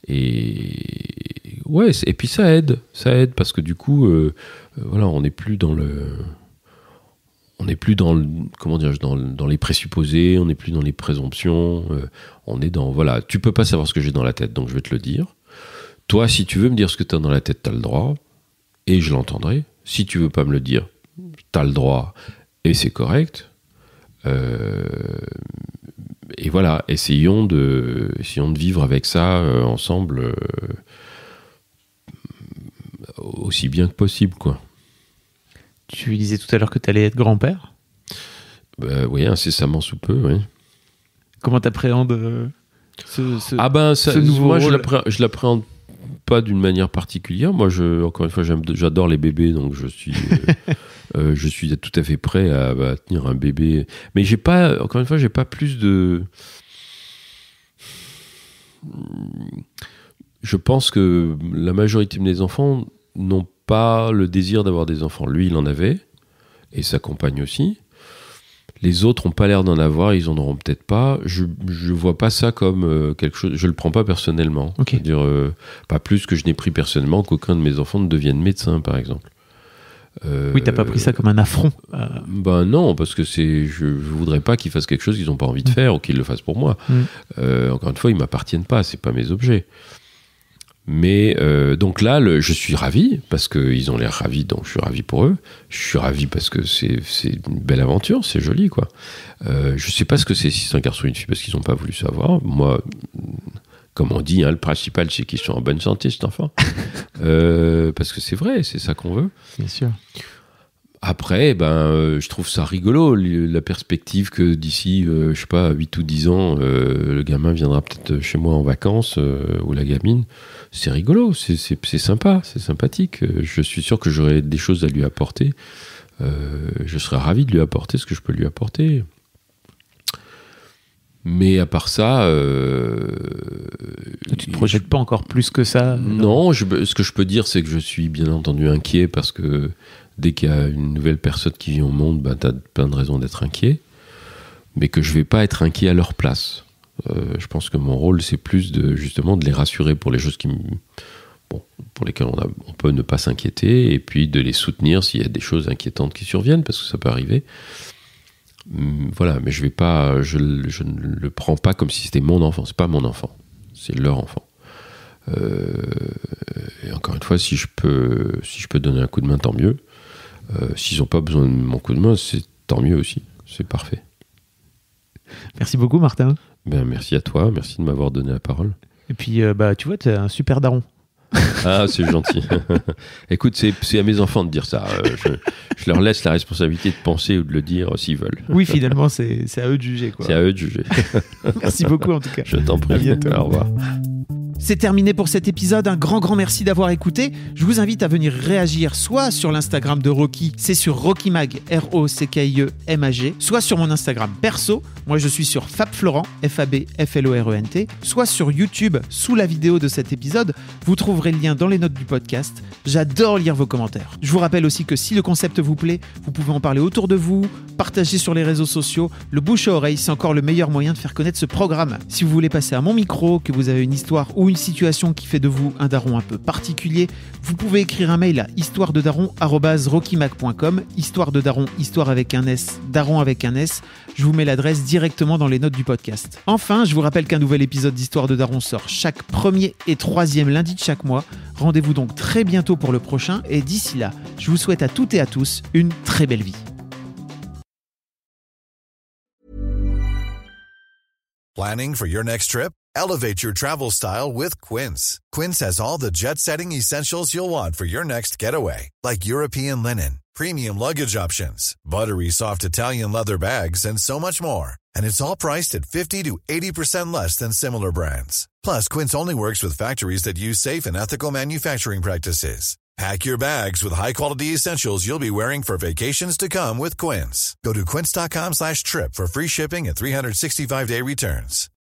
et ouais, et puis ça aide, ça aide parce que du coup, euh, voilà, on n'est plus dans le, on n'est plus dans le, comment dire, dans, dans les présupposés, on n'est plus dans les présomptions. Euh, on est dans voilà, tu peux pas savoir ce que j'ai dans la tête, donc je vais te le dire. Toi, si tu veux me dire ce que tu as dans la tête, tu as le droit. Et je l'entendrai. Si tu veux pas me le dire, t'as le droit et c'est correct. Euh, et voilà, essayons de, essayons de vivre avec ça euh, ensemble euh, aussi bien que possible, quoi. Tu disais tout à l'heure que tu allais être grand-père. Bah, oui, incessamment sous peu, oui. Comment t'appréhendes euh, ce, ce, ah ben, ça, ce nouveau moi, rôle? je l'appréhende, je l'appréhende pas d'une manière particulière. Moi, je, encore une fois, j'aime, j'adore les bébés, donc je suis, euh, euh, je suis tout à fait prêt à, à tenir un bébé. Mais j'ai pas, encore une fois, j'ai pas plus de. Je pense que la majorité de mes enfants n'ont pas le désir d'avoir des enfants. Lui, il en avait, et sa compagne aussi. Les autres n'ont pas l'air d'en avoir, ils en auront peut-être pas. Je je vois pas ça comme euh, quelque chose. Je le prends pas personnellement. Okay. C'est-à-dire euh, pas plus que je n'ai pris personnellement qu'aucun de mes enfants ne devienne médecin, par exemple. Euh, oui, t'as pas pris ça comme un affront. Euh... Ben non, parce que c'est. Je, je voudrais pas qu'ils fassent quelque chose qu'ils n'ont pas envie de faire mmh. ou qu'ils le fassent pour moi. Mmh. Euh, encore une fois, ils m'appartiennent pas. C'est pas mes objets. Mais euh, donc là, le, je suis ravi parce qu'ils ont l'air ravis, donc je suis ravi pour eux. Je suis ravi parce que c'est, c'est une belle aventure, c'est joli, quoi. Euh, je sais pas ce que c'est si c'est un garçon ou une fille parce qu'ils n'ont pas voulu savoir. Moi, comme on dit, hein, le principal c'est qu'ils sont en bonne santé, cet enfant. euh, parce que c'est vrai, c'est ça qu'on veut. Bien sûr. Après, ben, euh, je trouve ça rigolo, la perspective que d'ici, euh, je sais pas, huit ou dix ans, euh, le gamin viendra peut-être chez moi en vacances, euh, ou la gamine. C'est rigolo, c'est, c'est, c'est sympa, c'est sympathique. Je suis sûr que j'aurai des choses à lui apporter. Euh, je serai ravi de lui apporter ce que je peux lui apporter. Mais à part ça... Euh, tu ne te projettes pas encore plus que ça? Non, je, ce que je peux dire, c'est que je suis bien entendu inquiet parce que dès qu'il y a une nouvelle personne qui vient au monde, ben, tu as plein de raisons d'être inquiet. Mais que je ne vais pas être inquiet à leur place. Euh, je pense que mon rôle, c'est plus de, justement, de les rassurer pour les choses qui, bon, pour lesquelles on, a, on peut ne pas s'inquiéter, et puis de les soutenir s'il y a des choses inquiétantes qui surviennent, parce que ça peut arriver. Hum, voilà, mais je vais pas, je, je ne le prends pas comme si c'était mon enfant. C'est pas mon enfant, c'est leur enfant. Euh, et encore une fois, si je peux, si je peux donner un coup de main, tant mieux. Euh, s'ils n'ont pas besoin de mon coup de main, c'est tant mieux aussi. C'est parfait. Merci beaucoup, Martin. Ben, merci à toi, merci de m'avoir donné la parole. Et puis, euh, bah, tu vois, tu es un super daron. Ah, c'est gentil. Écoute, c'est, c'est à mes enfants de dire ça. Euh, je, je leur laisse la responsabilité de penser ou de le dire euh, s'ils veulent. Oui, finalement, c'est, c'est à eux de juger, quoi. C'est à eux de juger. Merci beaucoup, en tout cas. Je t'en prie. À bientôt. Au revoir. C'est terminé pour cet épisode, un grand grand merci d'avoir écouté. Je vous invite à venir réagir soit sur l'Instagram de Rocky, c'est sur RockyMag, R O C K I E M A G, soit sur mon Instagram perso, moi je suis sur FabFlorent, F A B F L O R E N T, soit sur YouTube, sous la vidéo de cet épisode, vous trouverez le lien dans les notes du podcast. J'adore lire vos commentaires. Je vous rappelle aussi que si le concept vous plaît, vous pouvez en parler autour de vous, partager sur les réseaux sociaux. Le bouche à oreille, c'est encore le meilleur moyen de faire connaître ce programme. Si vous voulez passer à mon micro, que vous avez une histoire ou ou une situation qui fait de vous un daron un peu particulier, vous pouvez écrire un mail à histoire de daron arobase rocky mac point com, histoire de daron, histoire avec un S, daron avec un S. Je vous mets l'adresse directement dans les notes du podcast. Enfin, je vous rappelle qu'un nouvel épisode d'Histoire de Daron sort chaque premier et troisième lundi de chaque mois. Rendez-vous donc très bientôt pour le prochain et d'ici là, je vous souhaite à toutes et à tous une très belle vie. Planning for your next trip? Elevate your travel style with Quince. Quince has all the jet-setting essentials you'll want for your next getaway, like European linen, premium luggage options, buttery soft Italian leather bags, and so much more. And it's all priced at fifty to eighty percent less than similar brands. Plus, Quince only works with factories that use safe and ethical manufacturing practices. Pack your bags with high-quality essentials you'll be wearing for vacations to come with Quince. Go to quince dot com slash trip for free shipping and three sixty-five day returns.